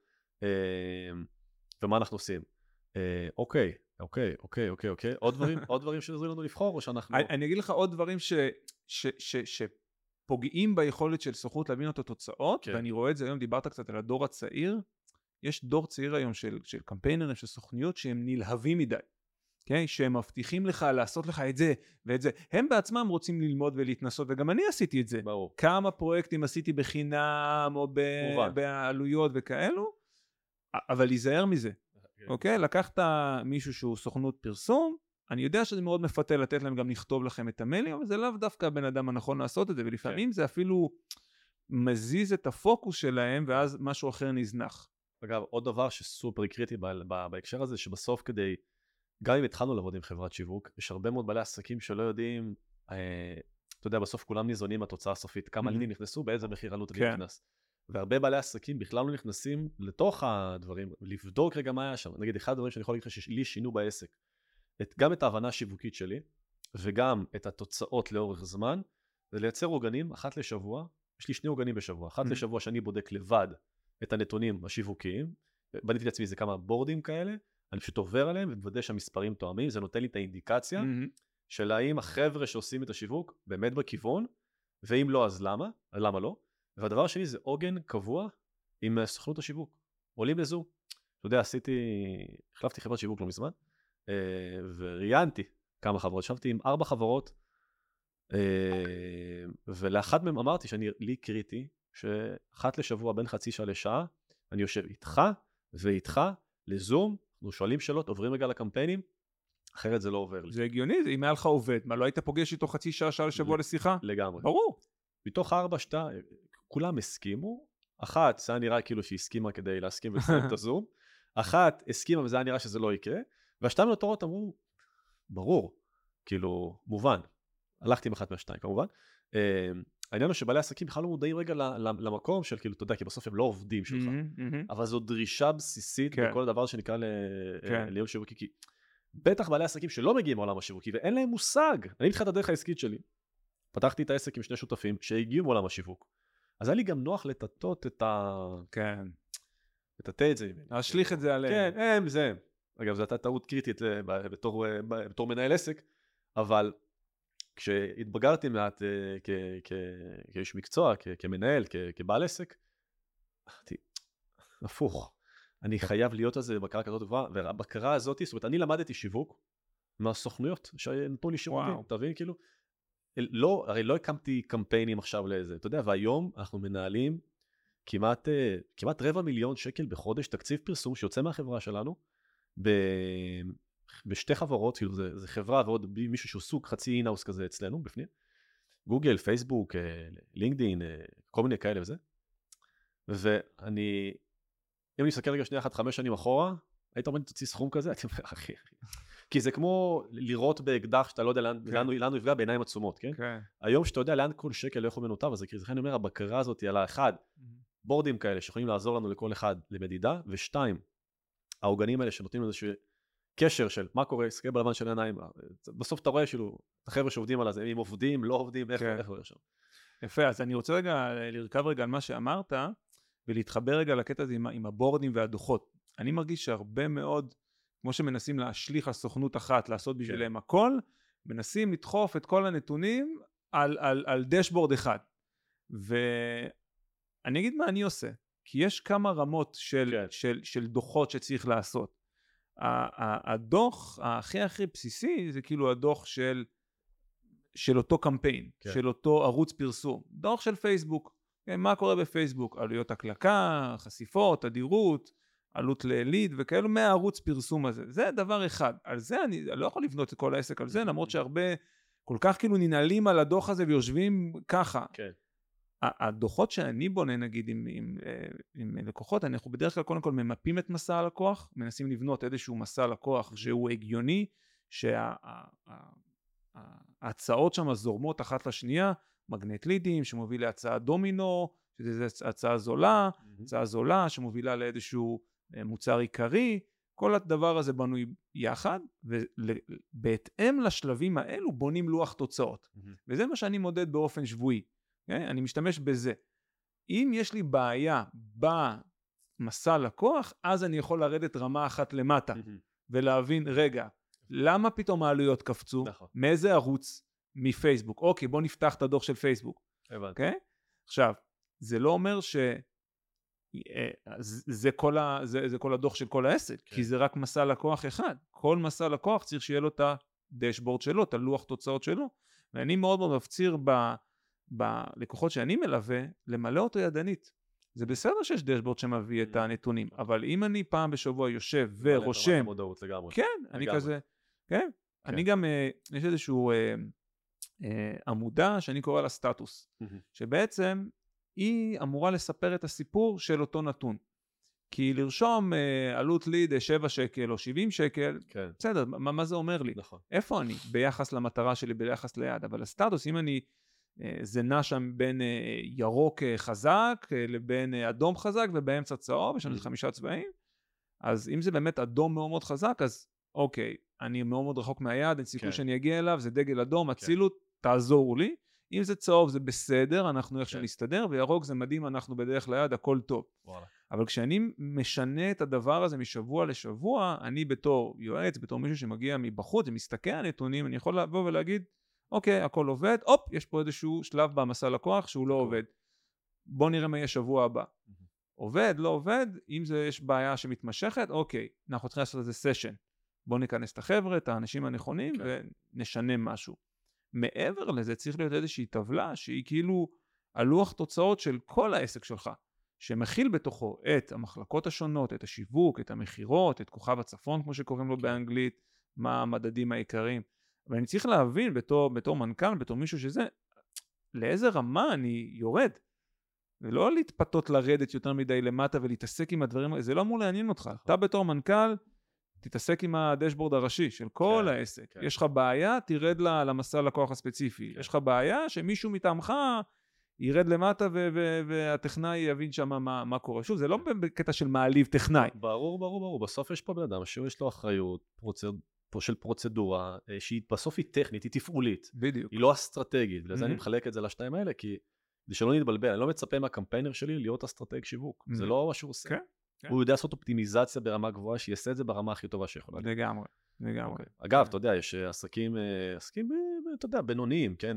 ומה אנחנו עושים. אוקיי, אוקיי, אוקיי, אוקיי, אוקיי, עוד דברים, עוד דברים שעוזרים לנו לבחור, או שאנחנו... אני אגיד לך עוד דברים ש... ש... ש... שפוגעים ביכולת של סוכנות להבין את התוצאות, כן. ואני רואה את זה היום, דיברת קצת על הדור הצעיר, יש דור צעיר היום של, של קמפיינרים, של סוכניות, שהם נלהבים מדי, okay? שהם מבטיחים לך לעשות לך את זה ואת זה, הם בעצמם רוצים ללמוד ולהתנסות, וגם אני עשיתי את זה, ברור. כמה פרויקטים עשיתי בחינם, או ב... בעלויות וכאלו, אבל להיזהר מזה, אוקיי? Okay? לקחת מישהו שהוא סוכנות פרסום, אני יודע שזה מאוד מפתה לתת להם גם לכתוב לכם את המיילים, אבל זה לאו דווקא הבן אדם הנכון לעשות את זה, ולפעמים okay. זה אפילו מזיז את הפוקוס שלהם, ואז משהו אחר נזנח. אגב, עוד דבר שסופר קריטי בהקשר הזה, שבסוף כדי, גם אם התחלנו לעבוד עם חברת שיווק, יש הרבה מאוד בעלי עסקים שלא יודעים, אה, אתה יודע, בסוף כולם ניזונים מהתוצאה הסופית, כמה לידים נכנסו, באיזה מחיר עלות אני נכנס. והרבה בעלי עסקים בכלל לא נכנסים לתוך הדברים, לבדוק רגע מה היה שם. נגיד, אחד הדברים שאני יכול להגיד לך שלי שינו בעסק, את, גם את ההבנה השיווקית שלי, וגם את התוצאות לאורך זמן, זה לייצר עוגנים אחת לשבוע, יש לי שני עוגנים בשבוע, אחת mm-hmm. לשבוע שאני בודק לבד את הנתונים השיווקיים, בניתי לעצמי איזה כמה בורדים כאלה, אני פשוט עובר עליהם ומוודא שהמספרים תואמים, זה נותן לי את האינדיקציה, mm-hmm. של האם החבר'ה שעושים את השיווק באמת בכיוון, ואם לא אז למה, למה לא, והדבר השני זה עוגן קבוע עם סוכנות השיווק, עולים לזום, אתה יודע, עשיתי, החלפתי חברת שיווק לא מזמן, וראיינתי כמה חברות, ישבתי עם ארבע חברות, ולאחת מהם אמרתי שאני לי קריטי, שאחת לשבוע בין חצי שעה לשעה, אני יושב איתך ואיתך לזום, אנחנו שואלים שאלות, עוברים רגע לקמפיינים, אחרת זה לא עובר לי. זה הגיוני, אם היה לך עובד, מה לא היית פוגש איתו חצי שעה, שעה לשבוע לשיחה? לגמרי. ברור. מתוך ארבע, שתה, כולם הסכימו, אחת, זה היה נראה כאילו שהיא הסכימה כדי להסכים ולסיים את הזום, אחת הסכימה וזה היה נראה שזה לא יקרה, והשתיים נותרות אמרו, ברור, כאילו, מובן. הלכתי עם אחת מהשתיים, כמובן. העניין הוא שבעלי עסקים בכלל לא מודעים רגע למקום של, כאילו, אתה יודע, כי בסוף הם לא עובדים שלך, אבל זו דרישה בסיסית בכל הדבר שנקרא ליום שיווקי, כי בטח בעלי עסקים שלא מגיעים מעולם השיווקי, ואין להם מושג. אני מתחילת הדרך העסקית שלי, פתחתי את העסק עם שני שותפים שהגיעו מעולם השיווק. אז היה לי גם נוח לטטות את ה... כן. לטטה את זה. להשליך את זה עליהם. כן, הם, זה. אגב, זו הייתה טעות קריטית בתור, בתור מנהל עסק, אבל כשהתבגרתי מעט כאיש מקצוע, כמנהל, כבעל עסק, אמרתי, הפוך, אני חייב להיות על זה בבקרה כזאת טובה, והבקרה הזאת, זאת אומרת, אני למדתי שיווק מהסוכנויות שנתנו לי שירותים, תבין, כאילו, לא, הרי לא הקמתי קמפיינים עכשיו לאיזה, אתה יודע, והיום אנחנו מנהלים כמעט, כמעט רבע מיליון שקל בחודש תקציב פרסום שיוצא מהחברה שלנו, ב... בשתי חברות, כאילו זה, זה חברה ועוד מישהו שהוא סוג חצי אינאוס כזה אצלנו בפנים, גוגל, פייסבוק, לינקדין, כל מיני כאלה וזה. ואני, אם אני מסתכל רגע שנייה אחת, חמש שנים אחורה, היית אומר, תוציא סכום כזה, הייתי אומר, אחי, כי זה כמו לראות באקדח שאתה לא יודע לאן, לאן, לאן הוא יפגע בעיניים עצומות, כן? כן. היום שאתה יודע לאן כל שקל לא יכול מנותיו, אז לכן אני אומר, הבקרה הזאת היא על האחד, בורדים כאלה שיכולים לעזור לנו לכל אחד למדידה, ושתיים, העוגנים האלה שנותנים איזשהו קשר של מה קורה, סקייב בלבן של העיניים, בסוף אתה רואה שלו, החבר'ה שעובדים על זה, הם עובדים, לא עובדים, איך, איך הוא שם. יפה, אז אני רוצה רגע לרכב רגע על מה שאמרת, ולהתחבר רגע לקטע הזה עם, עם הבורדים והדוחות. אני מרגיש שהרבה מאוד, כמו שמנסים להשליך על סוכנות אחת, לעשות בשבילם הכל, מנסים לדחוף את כל הנתונים על, על, על דשבורד אחד. ואני אגיד מה אני עושה, כי יש כמה רמות של, כן. של, של דוחות שצריך לעשות. הדוח הכי הכי בסיסי זה כאילו הדוח של, של אותו קמפיין, כן. של אותו ערוץ פרסום. דוח של פייסבוק. כן, מה קורה בפייסבוק? עלויות הקלקה, חשיפות, תדירות, עלות לליד וכאלו מהערוץ פרסום הזה. זה דבר אחד. על זה אני לא יכול לבנות את כל העסק על זה, למרות שהרבה כל כך כאילו ננעלים על הדוח הזה ויושבים ככה. כן. הדוחות שאני בונה נגיד עם, עם, עם לקוחות, אנחנו בדרך כלל קודם כל ממפים את מסע הלקוח, מנסים לבנות איזשהו מסע לקוח שהוא הגיוני, שההצעות שם זורמות אחת לשנייה, מגנט לידים שמוביל להצעה דומינו, שזה הצעה זולה, mm-hmm. הצעה זולה שמובילה לאיזשהו מוצר עיקרי, כל הדבר הזה בנוי יחד, ובהתאם לשלבים האלו בונים לוח תוצאות. Mm-hmm. וזה מה שאני מודד באופן שבועי. Okay? אני משתמש בזה. אם יש לי בעיה במסע לקוח, אז אני יכול לרדת רמה אחת למטה, mm-hmm. ולהבין, רגע, למה פתאום העלויות קפצו? נכון. מאיזה ערוץ? מפייסבוק. אוקיי, בוא נפתח את הדוח של פייסבוק. אוקיי? עכשיו, זה לא אומר ש... זה כל, ה... זה, זה כל הדוח של כל העסק, כן. כי זה רק מסע לקוח אחד. כל מסע לקוח צריך שיהיה לו את הדשבורד שלו, את הלוח תוצאות שלו. ואני מאוד מאוד מפציר ב... בלקוחות שאני מלווה, למלא אותו ידנית. זה בסדר שיש דשבורד שמביא את הנתונים, אבל אם אני פעם בשבוע יושב ורושם... כן, אני כזה... כן, אני גם... יש איזשהו... עמודה שאני קורא לה סטטוס, שבעצם היא אמורה לספר את הסיפור של אותו נתון. כי לרשום עלות ליד שבע שקל או שבעים שקל, בסדר, מה זה אומר לי? איפה אני? ביחס למטרה שלי, ביחס ליד. אבל הסטטוס, אם אני, זה נע שם בין ירוק חזק לבין אדום חזק ובאמצע צהוב, יש לנו חמישה צבעים, אז אם זה באמת אדום מאוד מאוד חזק, אז אוקיי, אני מאוד מאוד רחוק מהיד, אין סיכוי שאני אגיע אליו, זה דגל אדום, הצילות, תעזור לי. אם זה צהוב זה בסדר, אנחנו איך שנסתדר, וירוק זה מדהים, אנחנו בדרך ליד, הכל טוב. אבל כשאני משנה את הדבר הזה משבוע לשבוע, אני בתור יועץ, בתור מישהו שמגיע מבחוץ ומסתכל על נתונים, אני יכול לבוא ולהגיד, אוקיי, הכל עובד, הופ, יש פה איזשהו שלב במסע לקוח שהוא לא עובד. בוא נראה מה יהיה שבוע הבא. עובד, לא עובד, אם זה יש בעיה שמתמשכת, אוקיי, אנחנו צריכים לעשות איזה סשן. בוא ניכנס את החבר'ה, את האנשים הנכונים, ונשנה משהו. מעבר לזה צריך להיות איזושהי טבלה שהיא כאילו הלוח תוצאות של כל העסק שלך, שמכיל בתוכו את המחלקות השונות, את השיווק, את המחירות, את כוכב הצפון כמו שקוראים לו באנגלית, מה המדדים העיקריים. ואני צריך להבין בתור, בתור מנכ"ל, בתור מישהו שזה, לאיזה רמה אני יורד. ולא להתפתות לרדת יותר מדי למטה ולהתעסק עם הדברים, זה לא אמור לעניין אותך. אתה בתור מנכ"ל, תתעסק עם הדשבורד הראשי של כל כן, העסק. כן. יש לך בעיה, תרד למסע לקוח הספציפי. כן. יש לך בעיה שמישהו מטעמך ירד למטה ו- ו- והטכנאי יבין שם מה, מה קורה. שוב, זה לא בקטע של מעליב טכנאי. ברור, ברור, ברור. בסוף יש פה בן אדם שיש לו אחריות פרוצד... של פרוצדורה, שהיא בסוף היא טכנית, היא תפעולית. בדיוק. היא לא אסטרטגית. ולזה mm-hmm. אני מחלק את זה לשתיים האלה, כי זה שלא נתבלבל. אני לא מצפה מהקמפיינר שלי להיות אסטרטג שיווק. Mm-hmm. זה לא מה שהוא עושה. כן. הוא יודע לעשות אופטימיזציה ברמה גבוהה, שיעשה את זה ברמה הכי טובה שיכולה. לגמרי, לגמרי. אגב, אתה יודע, יש עסקים, עסקים, אתה יודע, בינוניים, כן?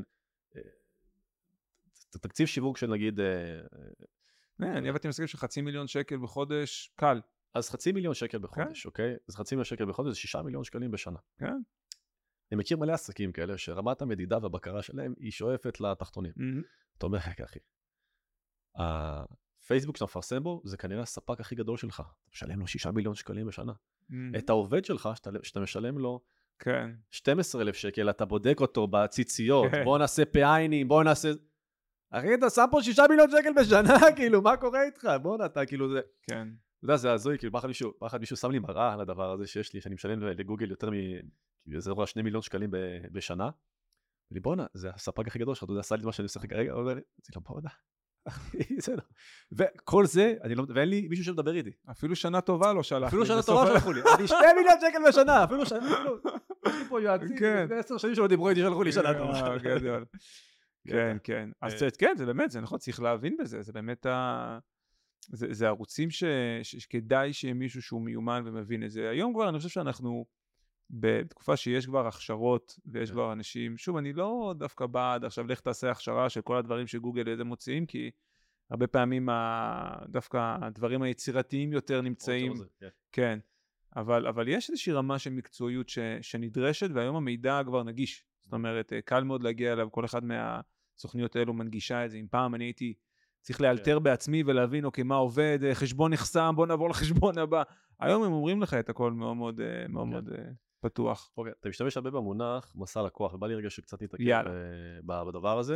תקציב שיווק של נגיד... אני עבדתי עם עסקים של חצי מיליון שקל בחודש, קל. אז חצי מיליון שקל בחודש, אוקיי? אז חצי מיליון שקל בחודש זה שישה מיליון שקלים בשנה. כן. אני מכיר מלא עסקים כאלה, שרמת המדידה והבקרה שלהם היא שואפת לתחתונים. אתה אומר, אחי, פייסבוק שאתה מפרסם בו, זה כנראה הספק הכי גדול שלך. אתה משלם לו שישה מיליון שקלים בשנה. Mm, את העובד שלך, שאתה, שאתה משלם לו כן. שנים עשר אלף שקל, אתה בודק אותו בציציות, כן. בוא נעשה פעיינים, בוא נעשה... אחי, אתה שם פה שישה מיליון שקל בשנה, כאילו, מה קורה איתך? בוא נתה, כאילו זה... כן. אתה יודע, זה הזוי, כאילו, באחד מישהו, באחד מישהו שם לי מראה על הדבר הזה שיש לי, שאני משלם לגוגל יותר מ... כאילו, זה רואה שני מיליון שקלים ב... בשנה. ולי, בוא'נה, זה הספק הכי גדול שלך, אתה יודע, עשה לי את מה שאני עושה כרגע, הוא אומר לי, זה לא בוא'נה. זה לא. וכל זה, אני לא... ואין לי מישהו שמדבר איתי. אפילו שנה טובה לא שלח. אפילו שנה טובה שלחו לי. אני שני מיליון שקל בשנה, אפילו שנה, אפילו... יש לי פה יועצים, לפני עשר שנים שלא דיברו איתי, שלחו לי שנה טובה. גדול. כן, כן. אז כן, זה באמת, זה נכון, צריך להבין בזה, זה באמת ה... זה, זה ערוצים ש, שכדאי שיהיה מישהו שהוא מיומן ומבין את זה. היום כבר אני חושב שאנחנו בתקופה שיש כבר הכשרות ויש כבר אנשים, שוב אני לא דווקא בעד עכשיו לך תעשה הכשרה של כל הדברים שגוגל איזה מוציאים, כי הרבה פעמים ה, דווקא הדברים היצירתיים יותר נמצאים, כן, אבל, אבל יש איזושהי רמה של מקצועיות ש, שנדרשת, והיום המידע כבר נגיש, זאת אומרת קל מאוד להגיע אליו, כל אחד מהסוכניות האלו מנגישה את זה. אם פעם אני הייתי צריך לאלתר בעצמי ולהבין, אוקיי, מה עובד, חשבון נחסם, בוא נעבור לחשבון הבא. היום הם אומרים לך את הכל מאוד מאוד, מאוד מאוד פתוח. אוקיי, אתה משתמש הרבה במונח מסע לקוח, ובא לי רגע שקצת נתעכב בדבר הזה.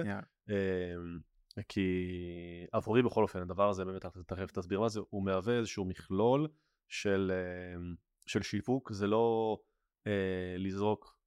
כי עבורי בכל אופן, הדבר הזה, באמת, תכף תסביר מה זה, הוא מהווה איזשהו מכלול של שיווק, זה לא לזרוק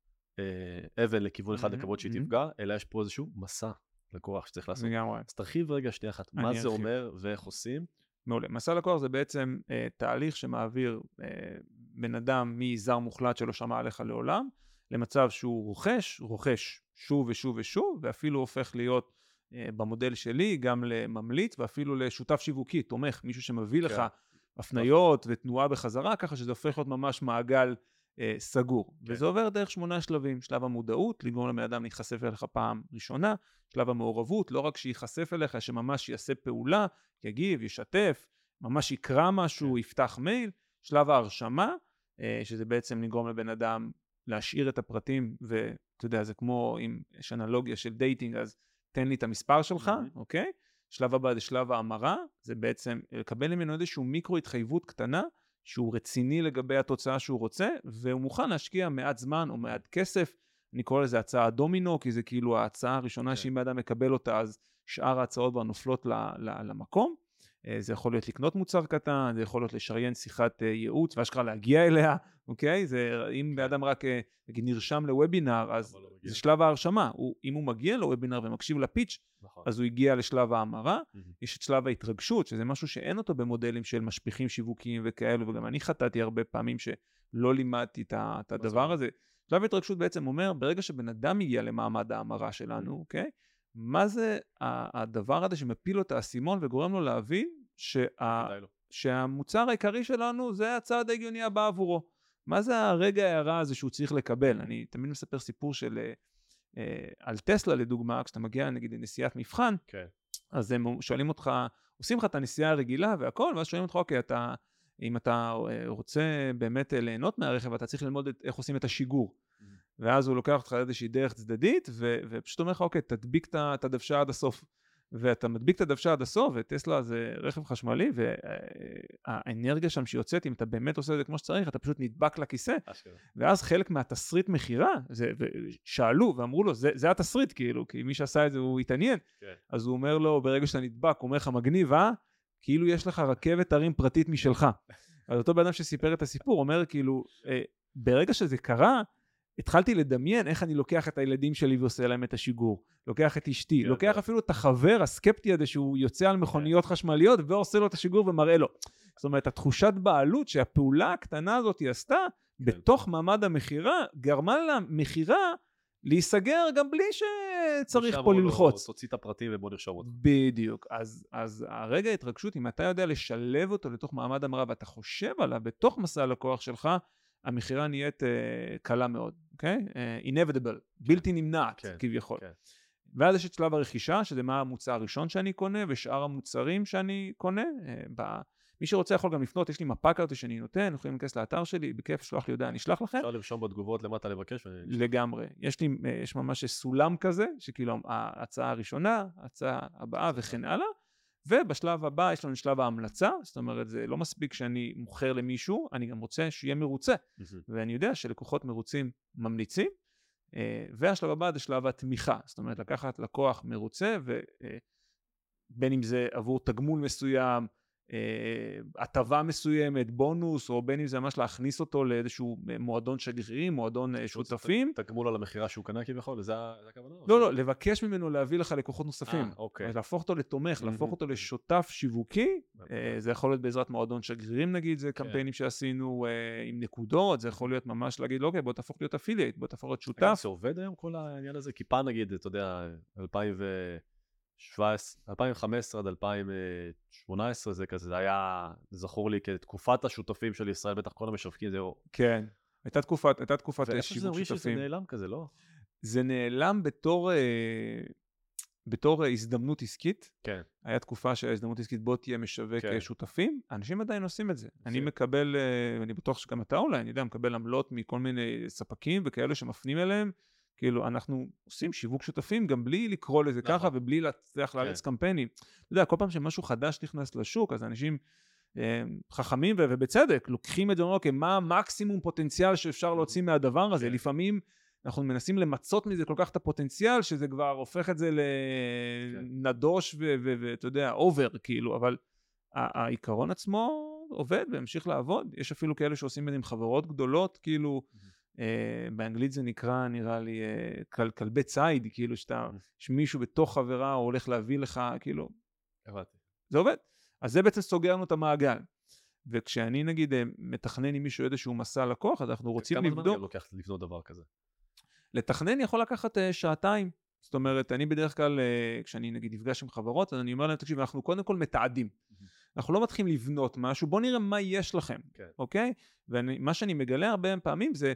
אבן לכיוון אחד לכבוד שהיא תפגע, אלא יש פה איזשהו מסע לקוח שצריך לעשות. אז תרחיב רגע שנייה אחת, מה זה אומר ואיך עושים? מעולה. מסע לקוח זה בעצם אה, תהליך שמעביר אה, בן אדם מזר מוחלט שלא שמע עליך לעולם, למצב שהוא רוכש, רוכש שוב ושוב ושוב, ואפילו הופך להיות אה, במודל שלי גם לממליץ, ואפילו לשותף שיווקי, תומך, מישהו שמביא לך הפניות ותנועה בחזרה, ככה שזה הופך להיות ממש מעגל אה, סגור. כן. וזה עובר דרך שמונה שלבים. שלב המודעות, לגרום לבן אדם להיחשף אליך פעם ראשונה, שלב המעורבות, לא רק שיחשף אליך, שממש יעשה פעולה, יגיב, ישתף, ממש יקרא משהו, כן. יפתח מייל. שלב ההרשמה, אה, שזה בעצם לגרום לבן אדם להשאיר את הפרטים, ואתה יודע, זה כמו אם יש אנלוגיה של דייטינג, אז תן לי את המספר שלך, mm-hmm. אוקיי? שלב הבא זה שלב ההמרה, זה בעצם לקבל ממנו איזשהו מיקרו התחייבות קטנה, שהוא רציני לגבי התוצאה שהוא רוצה, והוא מוכן להשקיע מעט זמן או מעט כסף. אני קורא לזה הצעה דומינו, כי זה כאילו ההצעה הראשונה שאם האדם מקבל אותה, אז שאר ההצעות בה נופלות למקום. זה יכול להיות לקנות מוצר קטן, זה יכול להיות לשריין שיחת ייעוץ, ואשכרה להגיע אליה, אוקיי? זה, אם באדם רק נרשם לוובינר, אז זה שלב ההרשמה. הוא, אם הוא מגיע לוובינר ומקשיב לפיץ', נכון. אז הוא הגיע לשלב ההמרה. Mm-hmm. יש את שלב ההתרגשות, שזה משהו שאין אותו במודלים של משפיכים שיווקיים וכאלו, וגם אני חטאתי הרבה פעמים שלא לימדתי את הדבר הזה. שלב ההתרגשות בעצם אומר, ברגע שבן אדם מגיע למעמד ההמרה שלנו, אוקיי? מה זה הדבר הזה שמפיל לו את האסימון וגורם לו להבין שה... שהמוצר העיקרי שלנו זה הצעד ההגיוני הבא עבורו. מה זה הרגע ההערה הזה שהוא צריך לקבל? אני תמיד מספר סיפור של אה, על טסלה לדוגמה, כשאתה מגיע נגיד לנסיעת מבחן, okay. אז הם שואלים אותך, עושים לך את הנסיעה הרגילה והכל, ואז שואלים אותך, אוקיי, אתה, אם אתה רוצה באמת ליהנות מהרכב, אתה צריך ללמוד את, איך עושים את השיגור. Mm-hmm. ואז הוא לוקח אותך איזושהי דרך צדדית, ו, ופשוט אומר לך, אוקיי, תדביק את הדוושה עד הסוף. ואתה מדביק את הדוושה עד הסוף, וטסלה זה רכב חשמלי, והאנרגיה שם שיוצאת, אם אתה באמת עושה את זה כמו שצריך, אתה פשוט נדבק לכיסא, ואז חלק מהתסריט מחירה, שאלו ואמרו לו, זה, זה התסריט כאילו, כי מי שעשה את זה הוא התעניין, אז הוא אומר לו, ברגע שאתה נדבק, הוא אומר לך מגניב, אה? כאילו יש לך רכבת הרים פרטית משלך. אז אותו בן אדם שסיפר את הסיפור, אומר כאילו, ברגע שזה קרה, התחלתי לדמיין איך אני לוקח את הילדים שלי ועושה להם את השיגור, לוקח את אשתי, לוקח אפילו את החבר הסקפטי הזה שהוא יוצא על מכוניות חשמליות ועושה לו את השיגור ומראה לו. זאת אומרת, התחושת בעלות שהפעולה הקטנה הזאת היא עשתה, בתוך מעמד המחירה, גרמה למחירה להיסגר גם בלי שצריך פה ללחוץ. תוציא את הפרטים ובוא נרשום אותו. בדיוק. אז, אז הרגע ההתרגשות, אם אתה יודע לשלב אותו לתוך מעמד המרה ואתה חושב עליו בתוך מסע הלקוח שלך, המחירה נהיית uh, קלה מאוד, אוקיי? Okay? Uh, inevitable, בלתי נמנעת, כן, כביכול. כן. ואז יש את שלב הרכישה, שזה מה המוצר הראשון שאני קונה, ושאר המוצרים שאני קונה. Uh, ב... מי שרוצה יכול גם לפנות, יש לי מפה כזאת שאני נותן, יכולים להיכנס לאתר שלי, בכיף, שלוח לי יודע, אני אשלח לכם. אפשר לרשום בתגובות למטה לבקש. לגמרי. יש לי, uh, יש ממש סולם כזה, שכאילו ההצעה הראשונה, ההצעה הבאה וכן הלאה, ובשלב הבא יש לנו שלב ההמלצה, זאת אומרת, זה לא מספיק שאני מוכר למישהו, אני גם רוצה שיהיה מרוצה, ואני יודע שלקוחות מרוצים ממליצים, והשלב הבא זה שלב התמיכה, זאת אומרת, לקחת לקוח מרוצה, ובין אם זה עבור תגמול מסוים, הטבה מסוימת, בונוס, או בין אם זה ממש להכניס אותו לאיזשהו מועדון שגרירים, מועדון שותפים. תגמול על המחירה שהוא קנה כביכול, זה הכוונה? לא, לא, לבקש ממנו להביא לך לקוחות נוספים. אה, אוקיי. להפוך אותו לתומך, להפוך אותו לשותף שיווקי, זה יכול להיות בעזרת מועדון שגרירים נגיד, זה קמפיינים שעשינו עם נקודות, זה יכול להיות ממש להגיד, אוקיי, בוא תהפוך להיות אפילייט, בוא תהפוך להיות שותף. זה עובד היום כל העניין הזה? כי פעם נגיד, אתה יודע, אלפיים וחמש עשרה עד אלפיים שמונה עשרה זה כזה, זה היה זכור לי כתקופת השותפים של ישראל, בטח כל המשווקים, זהו. כן, הייתה תקופת, הייתה תקופת שיווק שותפים. ואיפה שזה שזה נעלם כזה, לא? זה נעלם בתור, בתור הזדמנות עסקית. כן. היה תקופה שההזדמנות עסקית בוא תהיה משווק כן. שותפים, אנשים עדיין עושים את זה. עושים. אני מקבל, אני בטוח שגם אתה אולי, אני יודע, מקבל עמלות מכל מיני ספקים וכאלה שמפנים אליהם, כאילו אנחנו עושים שיווק שותפים גם בלי לקרוא לזה ככה ובלי להצליח להריץ קמפיינים. אתה יודע, כל פעם שמשהו חדש נכנס לשוק, אז אנשים חכמים ובצדק, לוקחים את זה, אוקיי, מה המקסימום פוטנציאל שאפשר להוציא מהדבר הזה? לפעמים אנחנו מנסים למצות מזה כל כך את הפוטנציאל, שזה כבר הופך את זה לנדוש ואתה יודע, אובר כאילו, אבל העיקרון עצמו עובד והמשיך לעבוד. יש אפילו כאלה שעושים את זה עם חברות גדולות, כאילו, באנגלית זה נקרא, נראה לי, כלבי ציד, כאילו שאתה, שמישהו בתוך חברה הולך להביא לך, כאילו, זה עובד. אז זה בעצם סוגרנו את המעגל. וכשאני נגיד מתכנן עם מישהו איזשהו מסע לקוח, אז אנחנו רוצים לבדוק. כמה זמן לוקח לבנות דבר כזה? לתכנן יכול לקחת שעתיים. זאת אומרת, אני בדרך כלל, כשאני נגיד נפגש עם חברות, אז אני אומר להם, תקשיב, אנחנו קודם כל מתעדים. אנחנו לא מתחילים לבנות משהו, בוא נראה מה יש לכם, אוקיי? ומה שאני מגלה הרבה פעמים זה,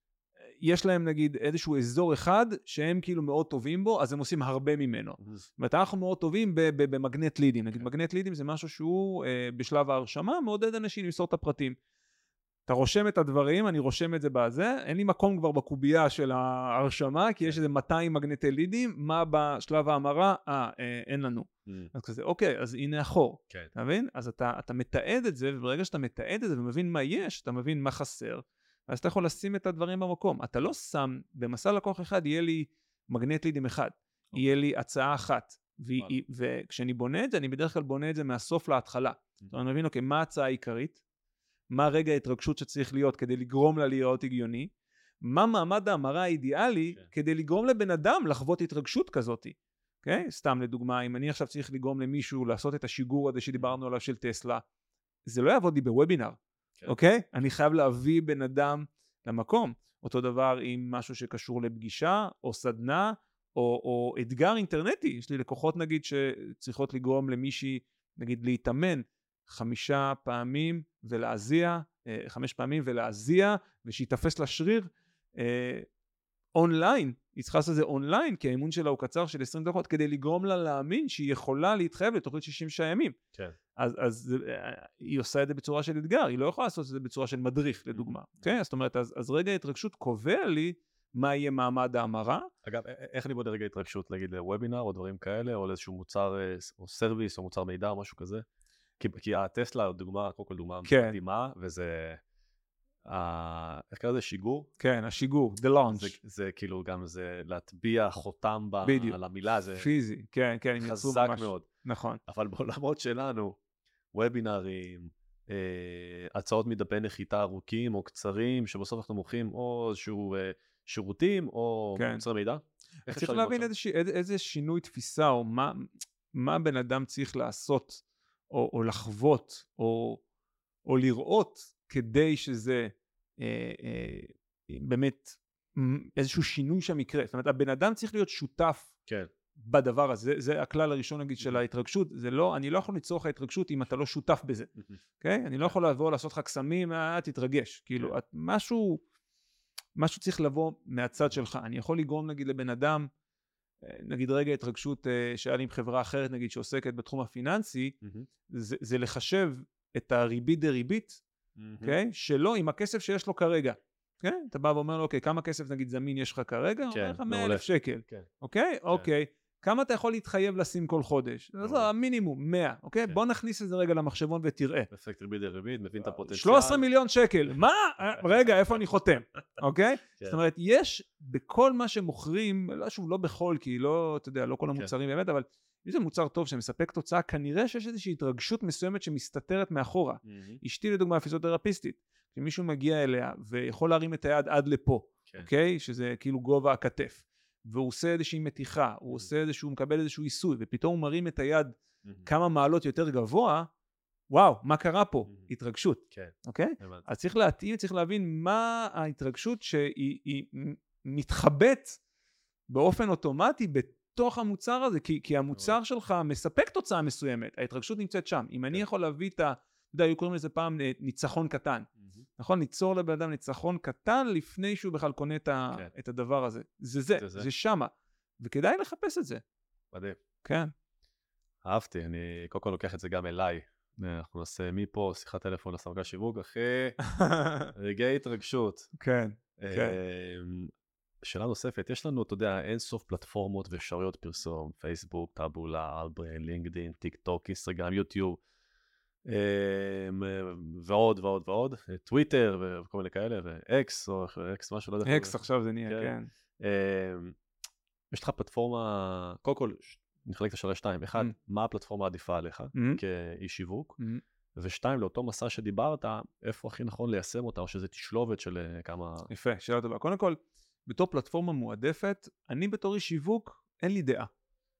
יש להם נגיד איזשהו אזור אחד שהם כאילו מאוד טובים בו, אז הם עושים הרבה ממנו. ואנחנו מאוד טובים במגנט לידים. נגיד מגנט לידים זה משהו שהוא בשלב ההרשמה, מעודד אנשים למסור את הפרטים. אתה רושם את הדברים, אני רושם את זה בזה, אין לי מקום כבר בקובייה של ההרשמה, כי יש איזה מאתיים מגנטי לידים, מה בשלב ההמרה? אה, אין לנו. אז כזה, אוקיי, אז הנה החור. אתה מבין? אז אתה, אתה מתעד את זה, וברגע שאתה מתעד את זה ומבין מה יש, אתה מבין מה חסר, אז אתה יכול לשים את הדברים במקום. אתה לא שם, במסע לקוח אחד יהיה לי מגנט לידים אחד, יהיה לי הצעה אחת, וכשאני בונה את זה, אני בדרך כלל בונה את זה מהסוף להתחלה. זאת אומרת, אני מבין, אוקיי, מה ההצעה העיקרית? מה רגע ההתרגשות שצריך להיות כדי לגרום לה להיות הגיוני? מה מעמד ההמרה האידיאלי כדי לגרום לבן אדם לחוות התרגשות כזאת? אוקיי? סתם לדוגמה, אם אני עכשיו צריך לגרום למישהו לעשות את השיגור הזה שדיברנו עליו של טסלה, זה לא יעבוד לי בוובינר. אוקיי? אני חייב להביא בן אדם למקום. אותו דבר עם משהו שקשור לפגישה, או סדנה, או, או אתגר אינטרנטי. יש לי לקוחות נגיד שצריכות לגרום למישהי, נגיד להתאמן חמישה פעמים ולהזיע, חמש פעמים ולהזיע, ושיתפס לשריר אה, אונליין. היא צריכה לעשות את זה אונליין, כי האימון שלה הוא קצר של עשרים דקות, כדי לגרום לה להאמין שהיא יכולה להתחייב לתוכנית שישים ימים. כן. אז, אז היא עושה את זה בצורה של אתגר, היא לא יכולה לעשות את זה בצורה של מדריך, לדוגמה. כן? זאת אומרת, אז, אז רגע התרגשות קובע לי מה יהיה מעמד ההמרה. אגב, איך אני בודה רגע התרגשות, להגיד לוובינר או דברים כאלה, או לאיזשהו מוצר או סרוויס או מוצר מידע או משהו כזה? כי, כי הטסלה, דוגמה, קודם כל דוגמה כן. מדהימה, וזה, איך קרא לזה? שיגור? כן, השיגור, the launch. זה, זה כאילו גם זה להטביע חותם ב, על המילה, זה פיזי, כן, כן, חזק ממש, מאוד. נכון. אבל בעולמות שלנו, וובינרים, אה, הצעות מדפי נחיתה ארוכים או קצרים, שבסוף אנחנו מוכרים או איזשהו אה, שירותים או כן. מוצרי מידע. צריך להבין איזה, איזה שינוי תפיסה, או מה, מה בן אדם צריך לעשות, או, או לחוות, או, או לראות, כדי שזה אה, אה, באמת איזשהו שינוי שם יקרה. זאת אומרת, הבן אדם צריך להיות שותף כן. בדבר הזה. זה הכלל הראשון נגיד של ההתרגשות. זה לא, אני לא יכול ליצור לך התרגשות אם אתה לא שותף בזה. אוקיי? אני לא יכול לבוא לעשות לך קסמים, אה, תתרגש. כאילו, את, משהו, משהו צריך לבוא מהצד שלך. אני יכול לגרום נגיד לבן אדם, נגיד רגע התרגשות שהיה לי עם חברה אחרת נגיד שעוסקת בתחום הפיננסי, זה, זה לחשב את הריבית דריבית, אוקיי? שלא עם הכסף שיש לו כרגע. אוקיי? אתה בא ואומר לו, אוקיי, כמה כסף נגיד זמין יש לך כרגע? הוא אומר לך מאה אלף שקל. אוקיי? אוקיי. כמה אתה יכול להתחייב לשים כל חודש? זה המינימום, מאה, אוקיי? בוא נכניס את זה רגע למחשבון ותראה. אפקט ריבית דריבית, מבין את הפוטנציאל. שלושה עשר מיליון שקל, מה? רגע, איפה אני חותם? אוקיי? זאת אומרת, יש בכל מה שמוכרים, שוב, לא בכל, כי לא, אתה יודע, לא כל המוצרים באמת, אבל אם זה מוצר טוב שמספק תוצאה, כנראה שיש איזושהי התרגשות מסוימת שמסתתרת מאחורה. אשתי לדוגמה פיזיותרפיסטית, כשמישהו מגיע אליה ויכול להרים את היד עד לפה, אוקיי? שזה כאילו גובה הכתף. והוא עושה איזושהי מתיחה, הוא עושה איזשהו, מקבל איזשהו עיסוי, ופתאום הוא מרים את היד כמה מעלות יותר גבוה, וואו, מה קרה פה? התרגשות, אוקיי? אז צריך להתאים, צריך להבין מה ההתרגשות שהיא מתחבאת באופן אוטומטי בתוך המוצר הזה, כי המוצר שלך מספק תוצאה מסוימת, ההתרגשות נמצאת שם. אם אני יכול להביא את ה... אתה יודע, היו קוראים לזה פעם ניצחון קטן. נכון? ליצור לבן אדם ניצחון קטן לפני שהוא בכלל קונה את, ה... כן. את הדבר הזה. זה זה, זה, זה. זה שמה. וכדאי לחפש את זה. מדהים. כן. אהבתי, אני קודם כל לוקח את זה גם אליי. אנחנו נעשה מפה שיחת טלפון לסמנכ"ל שיווק, אחרי רגעי התרגשות. כן, כן. שאלה נוספת, יש לנו, אתה יודע, אין סוף פלטפורמות ואפשרויות פרסום, פייסבוק, טאבולה, אלברן, לינקדין, טיק טוק, אינסטגרם, יוטיוב. ועוד ועוד ועוד, טוויטר וכל מיני כאלה, ואקס או אקס משהו, לא יודע. אקס עכשיו זה נהיה, כן. יש לך פלטפורמה, קודם כל נחלק את השאלה שתיים, אחד, מה הפלטפורמה העדיפה עליך כאיש שיווק, ושתיים, לאותו מסע שדיברת, איפה הכי נכון ליישם אותה, או שזה תשלובת של כמה... יפה, שאלה טובה. קודם כל, בתור פלטפורמה מועדפת, אני בתור איש שיווק, אין לי דעה.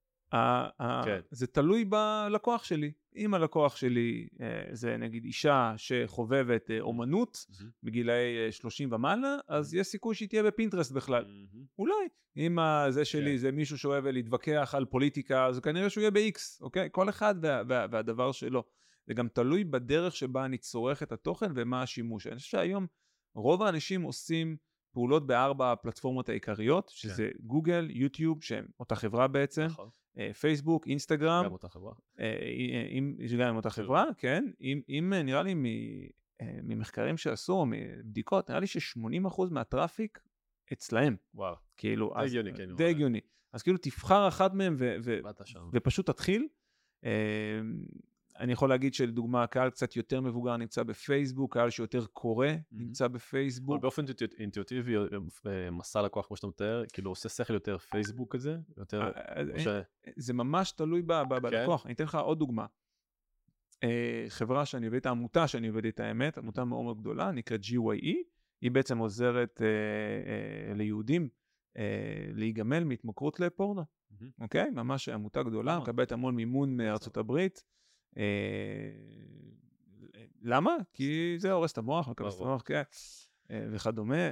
זה תלוי בלקוח שלי. אם הלקוח שלי זה נגיד אישה שחובבת אומנות בגילאי שלושים ומעלה, אז יש סיכוי שהיא תהיה בפינטרסט בכלל. אולי. אם זה שלי זה מישהו שאוהב להתווכח על פוליטיקה, אז כנראה שהוא יהיה ב-X, אוקיי? כל אחד והדבר שלו. זה גם תלוי בדרך שבה אני צורך את התוכן ומה השימוש. אני חושב שהיום רוב האנשים עושים פעולות בארבע הפלטפורמות העיקריות, שזה גוגל, יוטיוב, שהם אותה חברה בעצם, פייסבוק, אינסטגרם. גם אותה חברה. גם אותה חברה, כן. אם נראה לי ממחקרים שעשו, מבדיקות, נראה לי ש-שמונים אחוז מהטראפיק אצלהם. וואו. כאילו, די הגיוני, כן. די הגיוני. אז כאילו תבחר אחת מהם ופשוט תתחיל. אני יכול להגיד שלדוגמה, קהל קצת יותר מבוגר נמצא בפייסבוק, קהל שיותר קורא נמצא בפייסבוק. אבל באופן אינטואיטיבי, מסע לקוח כמו שאתה מתאר, כאילו עושה שכל יותר פייסבוק כזה? זה ממש תלוי בלקוח. אני אתן לך עוד דוגמה. חברה שאני עובד איתה, עמותה שאני עובד איתה, האמת, עמותה מאוד מאוד גדולה, נקראת ג'י וואי אי, היא בעצם עוזרת ליהודים להיגמל מהתמכרות לפורנו. אוקיי? ממש עמותה גדולה, מקבלת המון מימון מארצות הברית. למה? כי זה הורס את המוח, מקבס את המוח, וכדומה.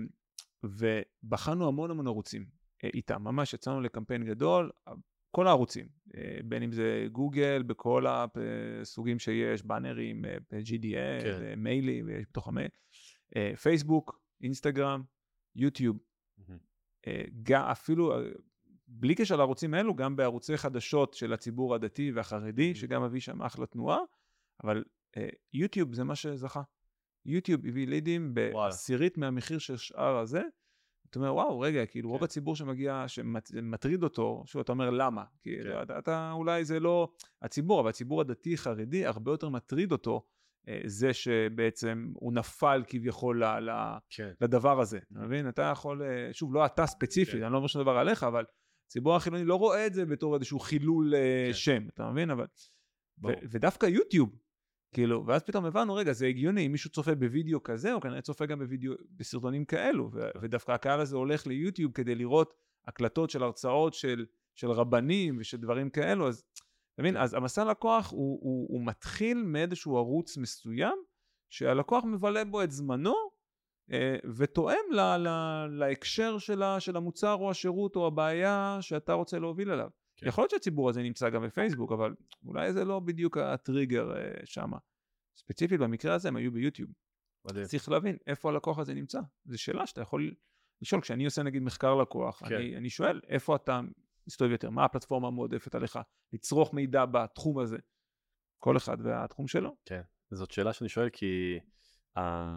ובחנו המון המון ערוצים איתם. ממש יצאנו לקמפיין גדול, כל הערוצים, בין אם זה גוגל, בכל הסוגים שיש, באנרים, ג'י די איי, מיילים, בתוך המייל, פייסבוק, אינסטגרם, יוטיוב. אפילו... בלי קשר לערוצים האלו, גם בערוצי חדשות של הציבור הדתי והחרדי, שגם מביא שם אחלה תנועה, אבל יוטיוב זה מה שזכה. יוטיוב הביא לידים בעשירית מהמחיר של שאר הזה. אתה אומר, וואו, רגע, כאילו רוב הציבור שמגיע, שמטריד אותו, שהוא אתה אומר, למה? כי אתה אולי זה לא הציבור, אבל הציבור הדתי חרדי הרבה יותר מטריד אותו, זה שבעצם הוא נפל כביכול לדבר הזה. אתה מבין? אתה יכול, שוב, לא אתה ספציפית, אני לא אומר שום דבר עליך, אבל הציבור החילוני לא רואה את זה בתור איזשהו חילול שם, אתה מבין? אבל... ודווקא יוטיוב, כאילו, ואז פתאום הבנו, רגע, זה הגיוני, אם מישהו צופה בווידאו כזה, או כנראה צופה גם בווידאו, בסרטונים כאלו, ודווקא הקהל הזה הולך ליוטיוב כדי לראות הקלטות של הרצאות של, של רבנים ושל דברים כאלו, אז, אתה מבין? אז המסע לקוח הוא, הוא, הוא מתחיל מאיזשהו ערוץ מסוים, שהלקוח מבלה בו את זמנו, ותואם לה, לה, להקשר שלה, של המוצר או השירות או הבעיה שאתה רוצה להוביל אליו. כן. יכול להיות שהציבור הזה נמצא גם בפייסבוק, אבל אולי זה לא בדיוק הטריגר שמה. ספציפית במקרה הזה הם היו ביוטיוב. צריך להבין איפה הלקוח הזה נמצא. זו שאלה שאתה יכול לשאול, כשאני עושה נגיד מחקר לקוח, כן. אני, אני שואל איפה אתה מסתובב יותר, מה הפלטפורמה המועדפת עליך, לצרוך מידע בתחום הזה. כל אחד והתחום שלו. כן, זאת שאלה שאני שואל כי...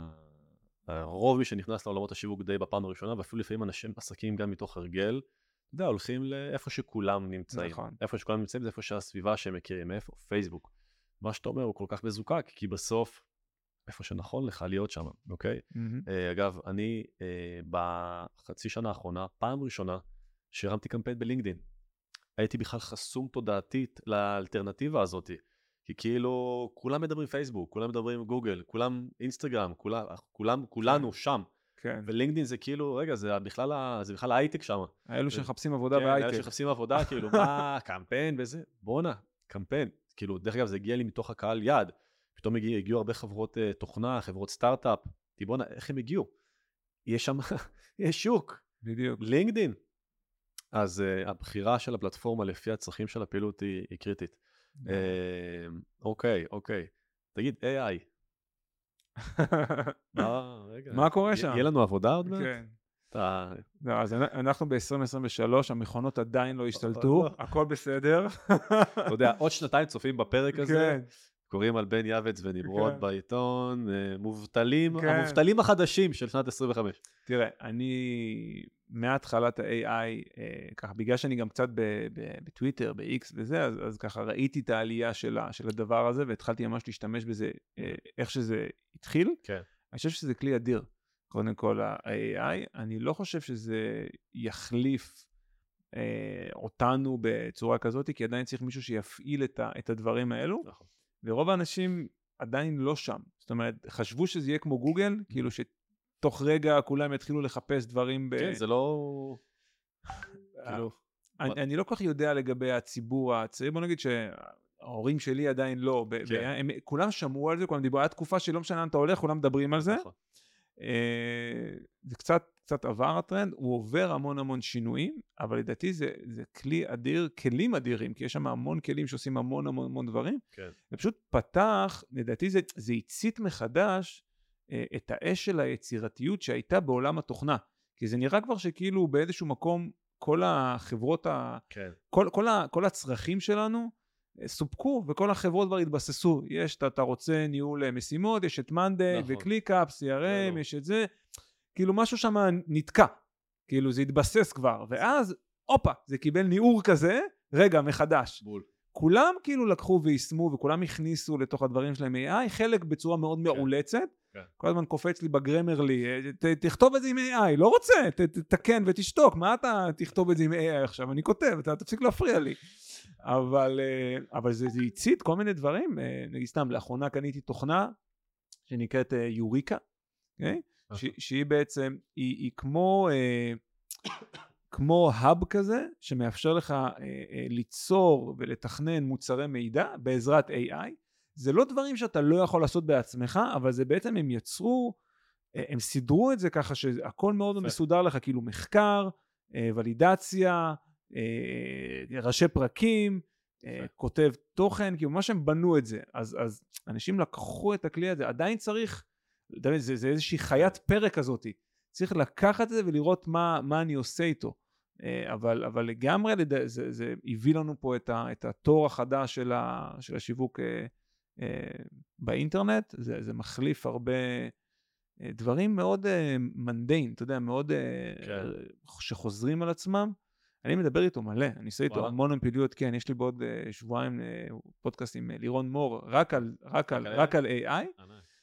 הרוב מי שנכנס לעולמות השיווק די בפעם הראשונה, ואפילו לפעמים אנשים עסקים גם מתוך הרגל, יודע, הולכים לאיפה שכולם נמצאים. נכון. איפה שכולם נמצאים זה איפה שהסביבה שהם מכירים. איפה? פייסבוק. מה שאתה אומר הוא כל כך מזוקק, כי בסוף, איפה שנכון לך להיות שם, אוקיי? Mm-hmm. אגב, אני בחצי שנה האחרונה, פעם ראשונה, שהרמתי קמפיין בלינקדין. הייתי בכלל חסום תודעתית לאלטרנטיבה הזאת. כי כאילו, כולם מדברים פייסבוק, כולם מדברים גוגל, כולם אינסטגרם, כולם, כולם, כולנו שם. כן. ולינקדין זה כאילו, רגע, זה בכלל, זה בכלל ההייטק שם. האלו שמחפשים עבודה כן, בהייטק. האלו שמחפשים עבודה, כאילו, מה, קמפיין וזה? בונה, קמפיין. כאילו, דרך אגב, זה הגיע לי מתוך הקהל יד. פתאום הגיע, הגיעו הרבה חברות uh, תוכנה, חברות סטארט-אפ. בונה, איך הם הגיעו? יש שם, יש שוק. בדיוק. לינקדין. אז uh, הבחירה של הפלטפורמה לפי הצרכים של הפעילות היא, היא קריטית. uh, אוקיי, אוקיי. תגיד, איי איי. מה, רגע. מה קורה שם? יהיה לנו עבודה עוד מעט? כן. אתה... לא, אז אנחנו ב-עשרים עשרים ושלוש, המכונות עדיין לא השתלטו, הכל בסדר. אתה יודע, עוד שנתיים צופים בפרק הזה, כן. קוראים על בן יעבץ ונמרוד כן. בעיתון, מובטלים, כן. המובטלים החדשים של שנת עשרים וחמש. תראה, אני מהתחלת ה-איי איי, ככה, בגלל שאני גם קצת בטוויטר, ב-X וזה, אז, אז ככה ראיתי את העלייה של, של הדבר הזה, והתחלתי ממש להשתמש בזה, איך שזה התחיל. כן. אני חושב שזה כלי אדיר. קודם כל ה-איי איי, אני לא חושב שזה יחליף אה, אותנו בצורה כזאת, כי עדיין צריך מישהו שיפעיל את, ה, את הדברים האלו, נכון. ורוב האנשים עדיין לא שם. זאת אומרת, חשבו שזה יהיה כמו גוגל, כאילו שתוך רגע כולם יתחילו לחפש דברים ב... כן, זה לא... כאילו... אני, אני לא כל כך יודע לגבי הציבור הצעיר, בוא נגיד שההורים שלי עדיין לא, ב, כן. ב, הם, כולם שמעו על זה, כולם דיברו, היה תקופה שלא משנה אתה הולך, כולם מדברים על זה, נכון. זה קצת, קצת עבר הטרנד, הוא עובר המון המון שינויים, אבל לדעתי זה, זה כלי אדיר, כלים אדירים, כי יש שם המון כלים שעושים המון המון המון דברים, כן. ופשוט פתח, לדעתי זה, זה הצית מחדש את האש של היצירתיות שהייתה בעולם התוכנה, כי זה נראה כבר שכאילו באיזשהו מקום, כל החברות, ה... כן. כל, כל, ה... כל הצרכים שלנו, סופקו, וכל החברות כבר התבססו. יש, אתה, אתה רוצה ניהול משימות, יש את מאנדיי, נכון. וקליקאפ, סי אר אם, לא. יש את זה, כאילו משהו שם נתקע, כאילו זה התבסס כבר, ואז, אופה, זה קיבל ניעור כזה, רגע, מחדש. בול. כולם כאילו לקחו ויישמו, וכולם הכניסו לתוך הדברים שלהם איי איי, חלק בצורה מאוד כן. מעולצת, כן. כל הזמן קופץ לי בגרמרלי, ת, תכתוב את זה עם איי איי, לא רוצה, ת, תתקן ותשתוק, מה אתה תכתוב את זה עם איי איי עכשיו, אני כותב, אתה תפסיק להפריע לי. אבל, אבל זה, זה הצית כל מיני דברים, נגיד סתם, לאחרונה קניתי תוכנה שנקראת יוריקה, okay? ש, שהיא בעצם, היא, היא כמו, כמו hub כזה, שמאפשר לך ליצור ולתכנן מוצרי מידע בעזרת איי איי, זה לא דברים שאתה לא יכול לעשות בעצמך, אבל זה בעצם הם יצרו, הם סידרו את זה ככה שהכל מאוד מסודר לך, כאילו מחקר, ולידציה, ראשי פרקים, כותב תוכן, כאילו מה שהם בנו את זה, אז, אז אנשים לקחו את הכלי הזה, עדיין צריך, זה, זה איזושהי חיית פרק הזאת, צריך לקחת את זה ולראות מה, מה אני עושה איתו, אבל, אבל לגמרי זה, זה הביא לנו פה את, ה, את התור החדש של, ה, של השיווק באינטרנט, זה, זה מחליף הרבה דברים מאוד מנדיין, אתה יודע, מאוד כן. שחוזרים על עצמם, אני מדבר איתו מלא, אני עושה איתו המון פעילויות, כן, יש לי בעוד שבועיים פודקאסט עם לירון מור, רק על, רק על, רק על איי איי,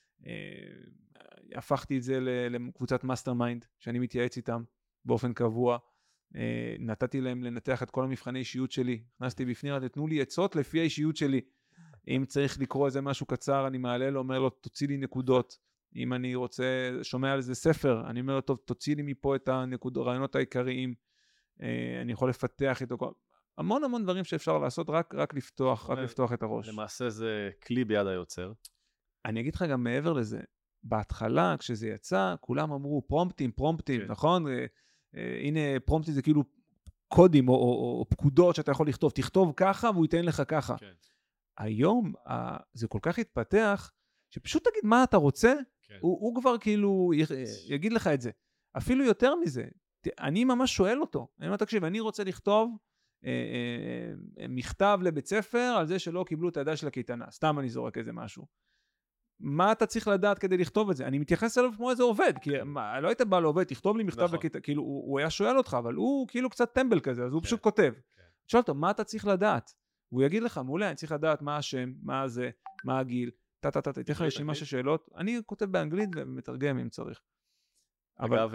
הפכתי את זה לקבוצת מאסטר מיינד, שאני מתייעץ איתם באופן קבוע, נתתי להם לנתח את כל המבחני אישיות שלי, נכנסתי בפנים, תתנו לי עצות לפי האישיות שלי, אם צריך לקרוא איזה משהו קצר, אני מעלה לו, אומר לו, תוציא לי נקודות, אם אני רוצה, שומע על זה ספר, אני אומר לו, טוב, תוציא לי מפה את הנקודות, הרעיונות העיקריים, אני יכול לפתח איתו, המון המון דברים שאפשר לעשות, רק, רק לפתוח, רק לפתוח את הראש. למעשה זה כלי ביד היוצר. אני אגיד לך גם מעבר לזה, בהתחלה, כשזה יצא, כולם אמרו, פרומפטים, פרומפטים, כן. נכון? הנה, פרומפטים זה כאילו קודים או, או, או פקודות שאתה יכול לכתוב, תכתוב ככה והוא ייתן לך ככה. כן. היום זה כל כך התפתח, שפשוט תגיד מה אתה רוצה, כן. הוא, הוא כבר כאילו יגיד לך את זה. אפילו יותר מזה, אני ממש שואל אותו, אני אומר, תקשיב, אני רוצה לכתוב אה, אה, מכתב לבית ספר על זה שלא קיבלו את הידע של הקייטנה, סתם אני זורק איזה משהו. מה אתה צריך לדעת כדי לכתוב את זה? אני מתייחס אליו כמו איזה עובד, כי מה, לא היית בא לעובד, תכתוב לי מכתב, וכת, כאילו, הוא, הוא היה שואל אותך, אבל הוא כאילו קצת טמבל כזה, אז הוא פשוט כותב. שואל אותו, מה אתה צריך לדעת? הוא יגיד לך, מעולה, אני צריך לדעת מה השם, מה זה, מה הגיל, טה-טה-טה, תתן לך רשימה של שאלות, אני כותב באנגלית ומתרגם אם צריך. אגב,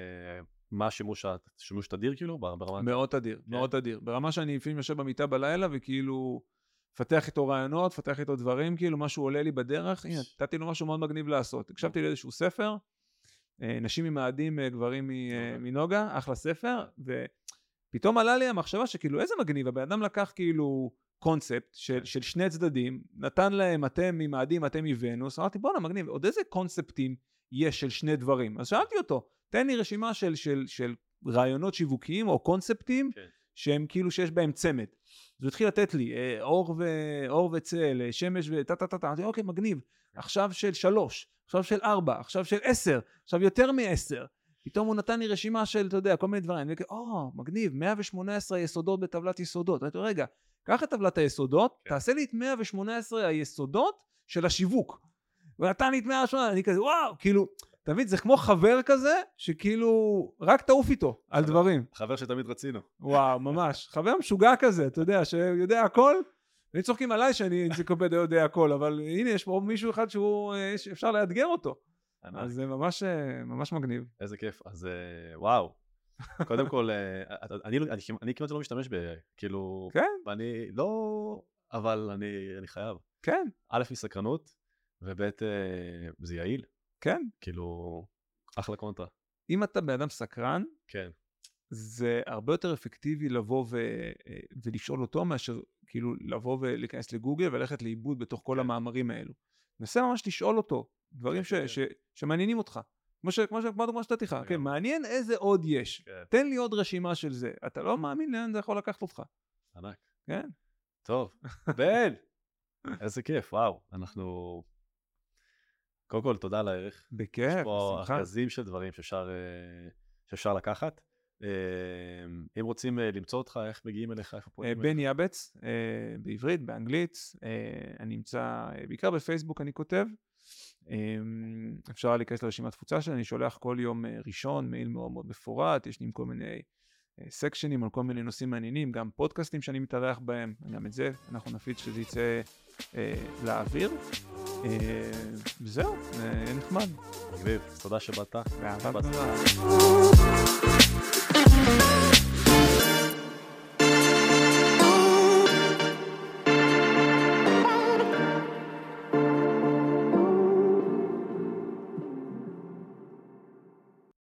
מה השימוש, שימוש תדיר כאילו? מאוד תדיר, מאוד תדיר. ברמה שאני לפעמים יושב במיטה בלילה וכאילו פתח איתו רעיונות, פתח איתו דברים, כאילו משהו עולה לי בדרך, הנה, נתתי לו משהו מאוד מגניב לעשות. הקשבתי לאיזשהו ספר, נשים ממאדים, גברים מנוגה, אחלה ספר, ופתאום עלה לי המחשבה שכאילו איזה מגניב, הבן אדם לקח כאילו קונספט של, של שני צדדים, נתן להם אתם ממאדים, אתם מוונוס, אמרתי בוא'נה מגניב, עוד איזה קונספטים יש של שני דברים? אז שאלתי אותו, תן לי רשימה של, של, של רעיונות שיווקיים או קונספטים, כן. שהם כאילו שיש בהם צמד. אז הוא התחיל לתת לי אה, אור, ו... אור וצל, שמש וטטטטט, אמרתי אוקיי מגניב, כן. עכשיו של שלוש, עכשיו של ארבע, עכשיו של עשר, עכשיו יותר מעשר. פתאום הוא נתן לי רשימה של, אתה יודע, כל מיני דברים. אני אומר, או, מגניב, מאה ושמונה עשרה יסודות בטבלת יסודות. אני אומר, רגע, קח את טבלת היסודות, כן. תעשה לי את מאה ושמונה עשרה היסודות של השיווק. הוא נתן לי את מאה ושמונה עשרה, אני כזה, וואו, כאילו, תמיד זה כמו חבר כזה, שכאילו, רק תעוף איתו על דברים. חבר שתמיד רצינו. וואו, ממש. חבר משוגע כזה, אתה יודע, שיודע הכל. אני צוחקים עליי שאני אנציקלופדיה יודע הכל, אבל הנה, יש פה מישהו אחד שהוא, אפשר לאתגר אותו. אז זה ממש, ממש מגניב. איזה כיף. אז וואו. קודם כל, אני, אני, אני כמעט לא משתמש ב, כאילו, כן. ואני לא, אבל אני, אני חייב. כן. א', מסקרנות, וב', זה יעיל. כן. כאילו, אחלה קונטרה. אם אתה באדם סקרן, כן. זה הרבה יותר אפקטיבי לבוא ו, ולשאול אותו, מאשר כאילו לבוא ולהיכנס לגוגל וללכת לאיבוד בתוך כל כן. המאמרים האלו. נסה ממש לשאול אותו, דברים ש, ש, שמעניינים אותך. כמו ש, כמו ש, כמו שתתי לך, כן, מעניין איזה עוד יש. כן. תן לי עוד רשימה של זה. אתה לא מאמין לאן זה יכול לקחת אותך. ענק. כן. טוב. בן! איזה כיף, וואו. אנחנו... קודם כל, תודה על הערך. בכיף, יש פה ארגזים של דברים שאפשר, שאפשר לקחת. אם רוצים למצוא אותך, איך מגיעים אליך? בן יבץ, בעברית, באנגלית. אני נמצא, בעיקר בפייסבוק אני כותב. אפשר להיכנס לרשימת תפוצה שלי, אני שולח כל יום ראשון, מייל מאוד מאוד מפורט, יש לי עם כל מיני סקשנים על כל מיני נושאים מעניינים, גם פודקאסטים שאני מתארח בהם, גם את זה, אנחנו נפיץ שזה יצא לאוויר. וזהו, זה נחמד. מגניב, תודה שבאת. באהבה גדולה.